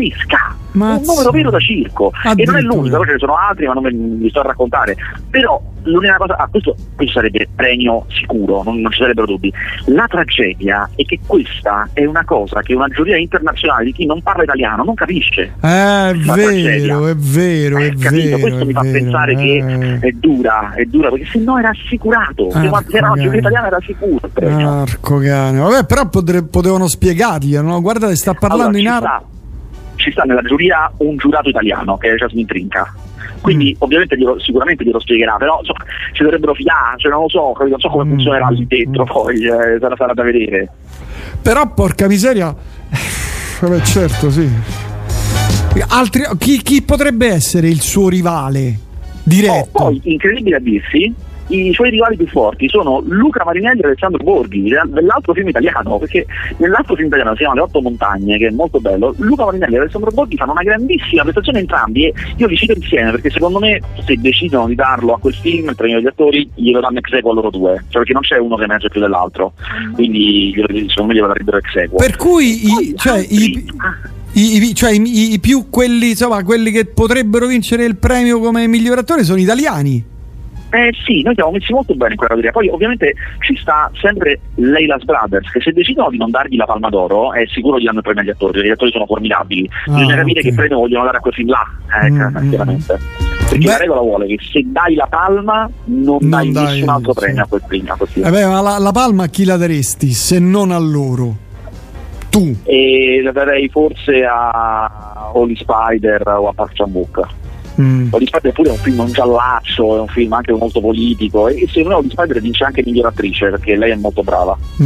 pazzesca, Mazza. Un numero vero da circo. E non è l'unico, ce ne sono altri, ma non me li sto a raccontare. Però l'unica cosa, ah, questo, questo sarebbe premio sicuro, non, non ci sarebbero dubbi. La tragedia è che questa è una cosa che una giuria internazionale di chi non parla italiano non capisce. Eh, è vero, è vero, eh, è capito? vero. Questo è mi fa vero, pensare eh. che è dura, è dura, perché se no era assicurato. Ah, Se era una giuria italiana era sicuro il premio. Marco cane. Vabbè, però potre, potevano spiegargli, no? Guardate, sta parlando allora, in ci arabo. sta, ci sta nella giuria un giurato italiano che è Jasmine Trinca. Quindi mm. ovviamente glielo, sicuramente glielo spiegherà, però insomma, ci dovrebbero fidare, cioè, non lo so, non so come mm. funzionerà lì dentro, poi eh, sarà, sarà da vedere. Però porca miseria, vabbè, certo, sì. Altri, chi, chi potrebbe essere il suo rivale diretto? Oh, poi, incredibile a dirsi, i suoi rivali più forti sono Luca Marinelli e Alessandro Borghi dell'altro film italiano, perché nell'altro film italiano si chiama Le Otto Montagne, che è molto bello. Luca Marinelli e Alessandro Borghi fanno una grandissima prestazione entrambi e io li cito insieme perché secondo me se decidono di darlo a quel film, il premio degli attori, glielo danno ex equo a loro due, cioè perché non c'è uno che emerge più dell'altro, quindi secondo me glielo darebbero ex equo. Per cui i, cioè, i, i, i, cioè i, i più quelli, insomma, quelli che potrebbero vincere il premio come miglior attore sono italiani. Eh sì, noi siamo messi molto bene in quella categoria. Poi ovviamente ci sta sempre Leila's Brothers, che se decidono di non dargli la Palma d'Oro è sicuro gli danno il premio agli attori, gli attori sono formidabili. Ah, bisogna capire okay. che premio vogliono dare a quel film là, eh, mm, chiaramente. Perché Beh, la regola vuole che se dai la Palma non, non dai, dai nessun altro sì. premio a quel film. A quel film. Vabbè, ma la, la Palma a chi la daresti se non a loro? Tu? E la darei forse a Holy Spider o a Park Chan-wook. Mm. Holy Spider pure è un film un giallaccio, è un film anche molto politico e secondo me Holy Spider vince anche miglior attrice perché lei è molto brava. Mm.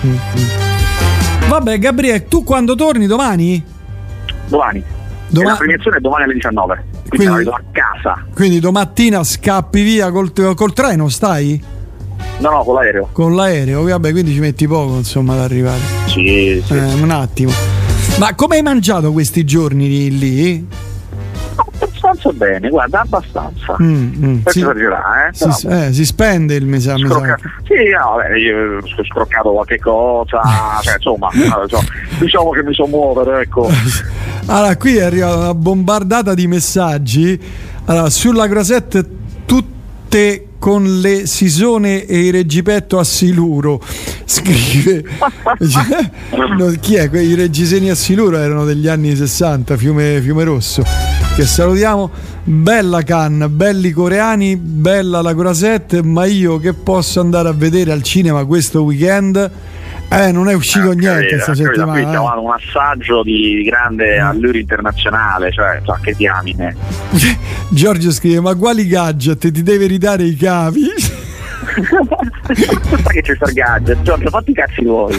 Mm. Vabbè Gabriele, tu quando torni? Domani? Domani. Doma- la premiazione è domani alle diciannove, quindi, quindi a casa. Quindi domattina scappi via col, col treno, stai? No, no, con l'aereo. Con l'aereo, vabbè, quindi ci metti poco insomma ad arrivare. Sì, sì. Eh, un attimo. Ma come hai mangiato questi giorni lì? Abbastanza bene, guarda, abbastanza. Mm, mm, si, esagerare, eh, si, eh, si spende il mese. Scrocca- sì, no, beh, io ho scroccato qualche cosa, cioè, insomma, insomma, diciamo che mi so muovere, ecco. Allora, qui è arrivata una bombardata di messaggi. Allora, sulla Croisette tutte con le sisone e i reggipetto a siluro, scrive. No, chi è? I reggiseni a siluro erano degli anni sessanta, Fiume, Fiume Rosso, che salutiamo. Bella Cannes, belli coreani, bella la Croisette, ma io che posso andare a vedere al cinema questo weekend? Eh, non è uscito eh, niente questa settimana. Qui stiamo dando un assaggio di grande allure internazionale, cioè, cioè che diamine. Giorgio scrive: ma quali gadget? Ti deve ridare i cavi? Sa che c'è sta il gadget, Giorgio, fatti i cazzi tuoi.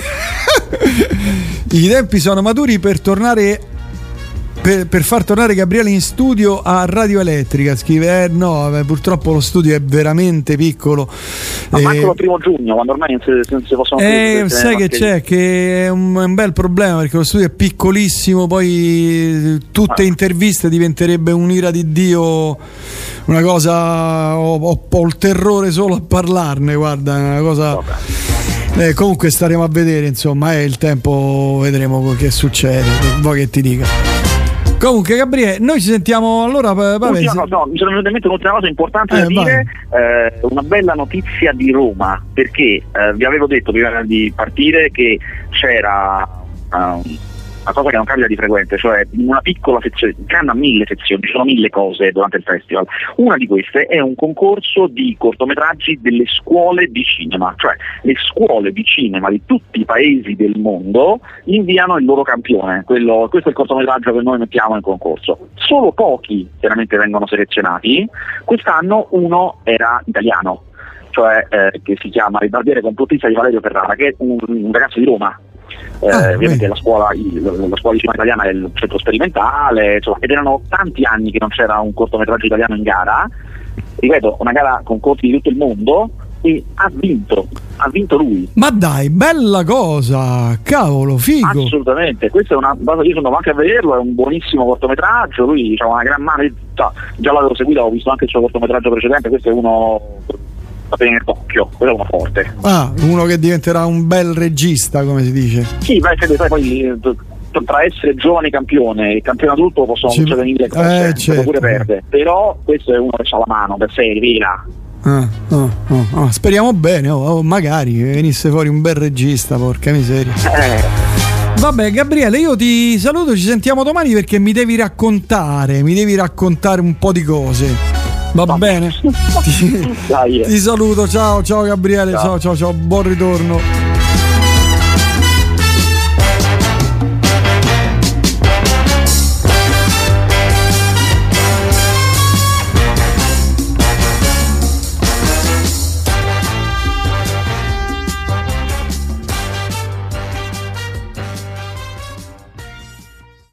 I tempi sono maturi per tornare Per, per far tornare Gabriele in studio a Radio Elettrica. Scrive: eh no, beh, purtroppo lo studio è veramente piccolo. Ma eh, manco il primo giugno, quando ormai non si, non si possono eh, più sai che c'è, che è un, è un bel problema, perché lo studio è piccolissimo, poi tutte ah. interviste diventerebbe un'ira di Dio, una cosa, ho, ho, ho il terrore solo a parlarne, guarda, è una cosa. Eh, comunque staremo a vedere, insomma, eh, il tempo, vedremo che succede, vuoi che ti dica. Comunque Gabriele, noi ci sentiamo allora. Vabbè, Ultima, no, no, mi sono venuta in mente un'ultima cosa importante eh, da dire, eh, una bella notizia di Roma, perché eh, vi avevo detto prima di partire che c'era um, una cosa che non capita di frequente, cioè in una piccola sezione, Cannes ha mille sezioni, ci sono mille cose durante il festival. Una di queste è un concorso di cortometraggi delle scuole di cinema, cioè le scuole di cinema di tutti i paesi del mondo inviano il loro campione, quello, questo è il cortometraggio che noi mettiamo in concorso. Solo pochi chiaramente vengono selezionati, quest'anno uno era italiano, cioè eh, che si chiama Il barbiere complottista di Valerio Ferrara, che è un, un ragazzo di Roma. Eh, ah, ovviamente la scuola, la scuola di cinema italiana è il centro sperimentale, insomma, ed erano tanti anni che non c'era un cortometraggio italiano in gara, ripeto, una gara con corti di tutto il mondo, e ha vinto, ha vinto lui. Ma dai, bella cosa, cavolo, figo. Assolutamente, questa è una cosa, io sono anche a vederlo, è un buonissimo cortometraggio, lui diciamo una gran mano, già, già l'avevo seguito, ho visto anche il suo cortometraggio precedente, questo è uno da tenere d'occhio, quello è uno forte. Ah, uno che diventerà un bel regista, come si dice. Sì, vai, sai, poi tra essere giovane campione e campione adulto possono succedere mille cose, eh, certo. pure perde, però questo è uno che ha la mano per sé, vera. Ah, ah, ah, ah. Speriamo bene, oh, oh, magari venisse fuori un bel regista, porca miseria. Eh. Vabbè Gabriele, io ti saluto, ci sentiamo domani perché mi devi raccontare, mi devi raccontare un po' di cose. Va Va bene? ti, Dai. ti saluto, ciao ciao Gabriele, ciao ciao ciao, ciao buon ritorno.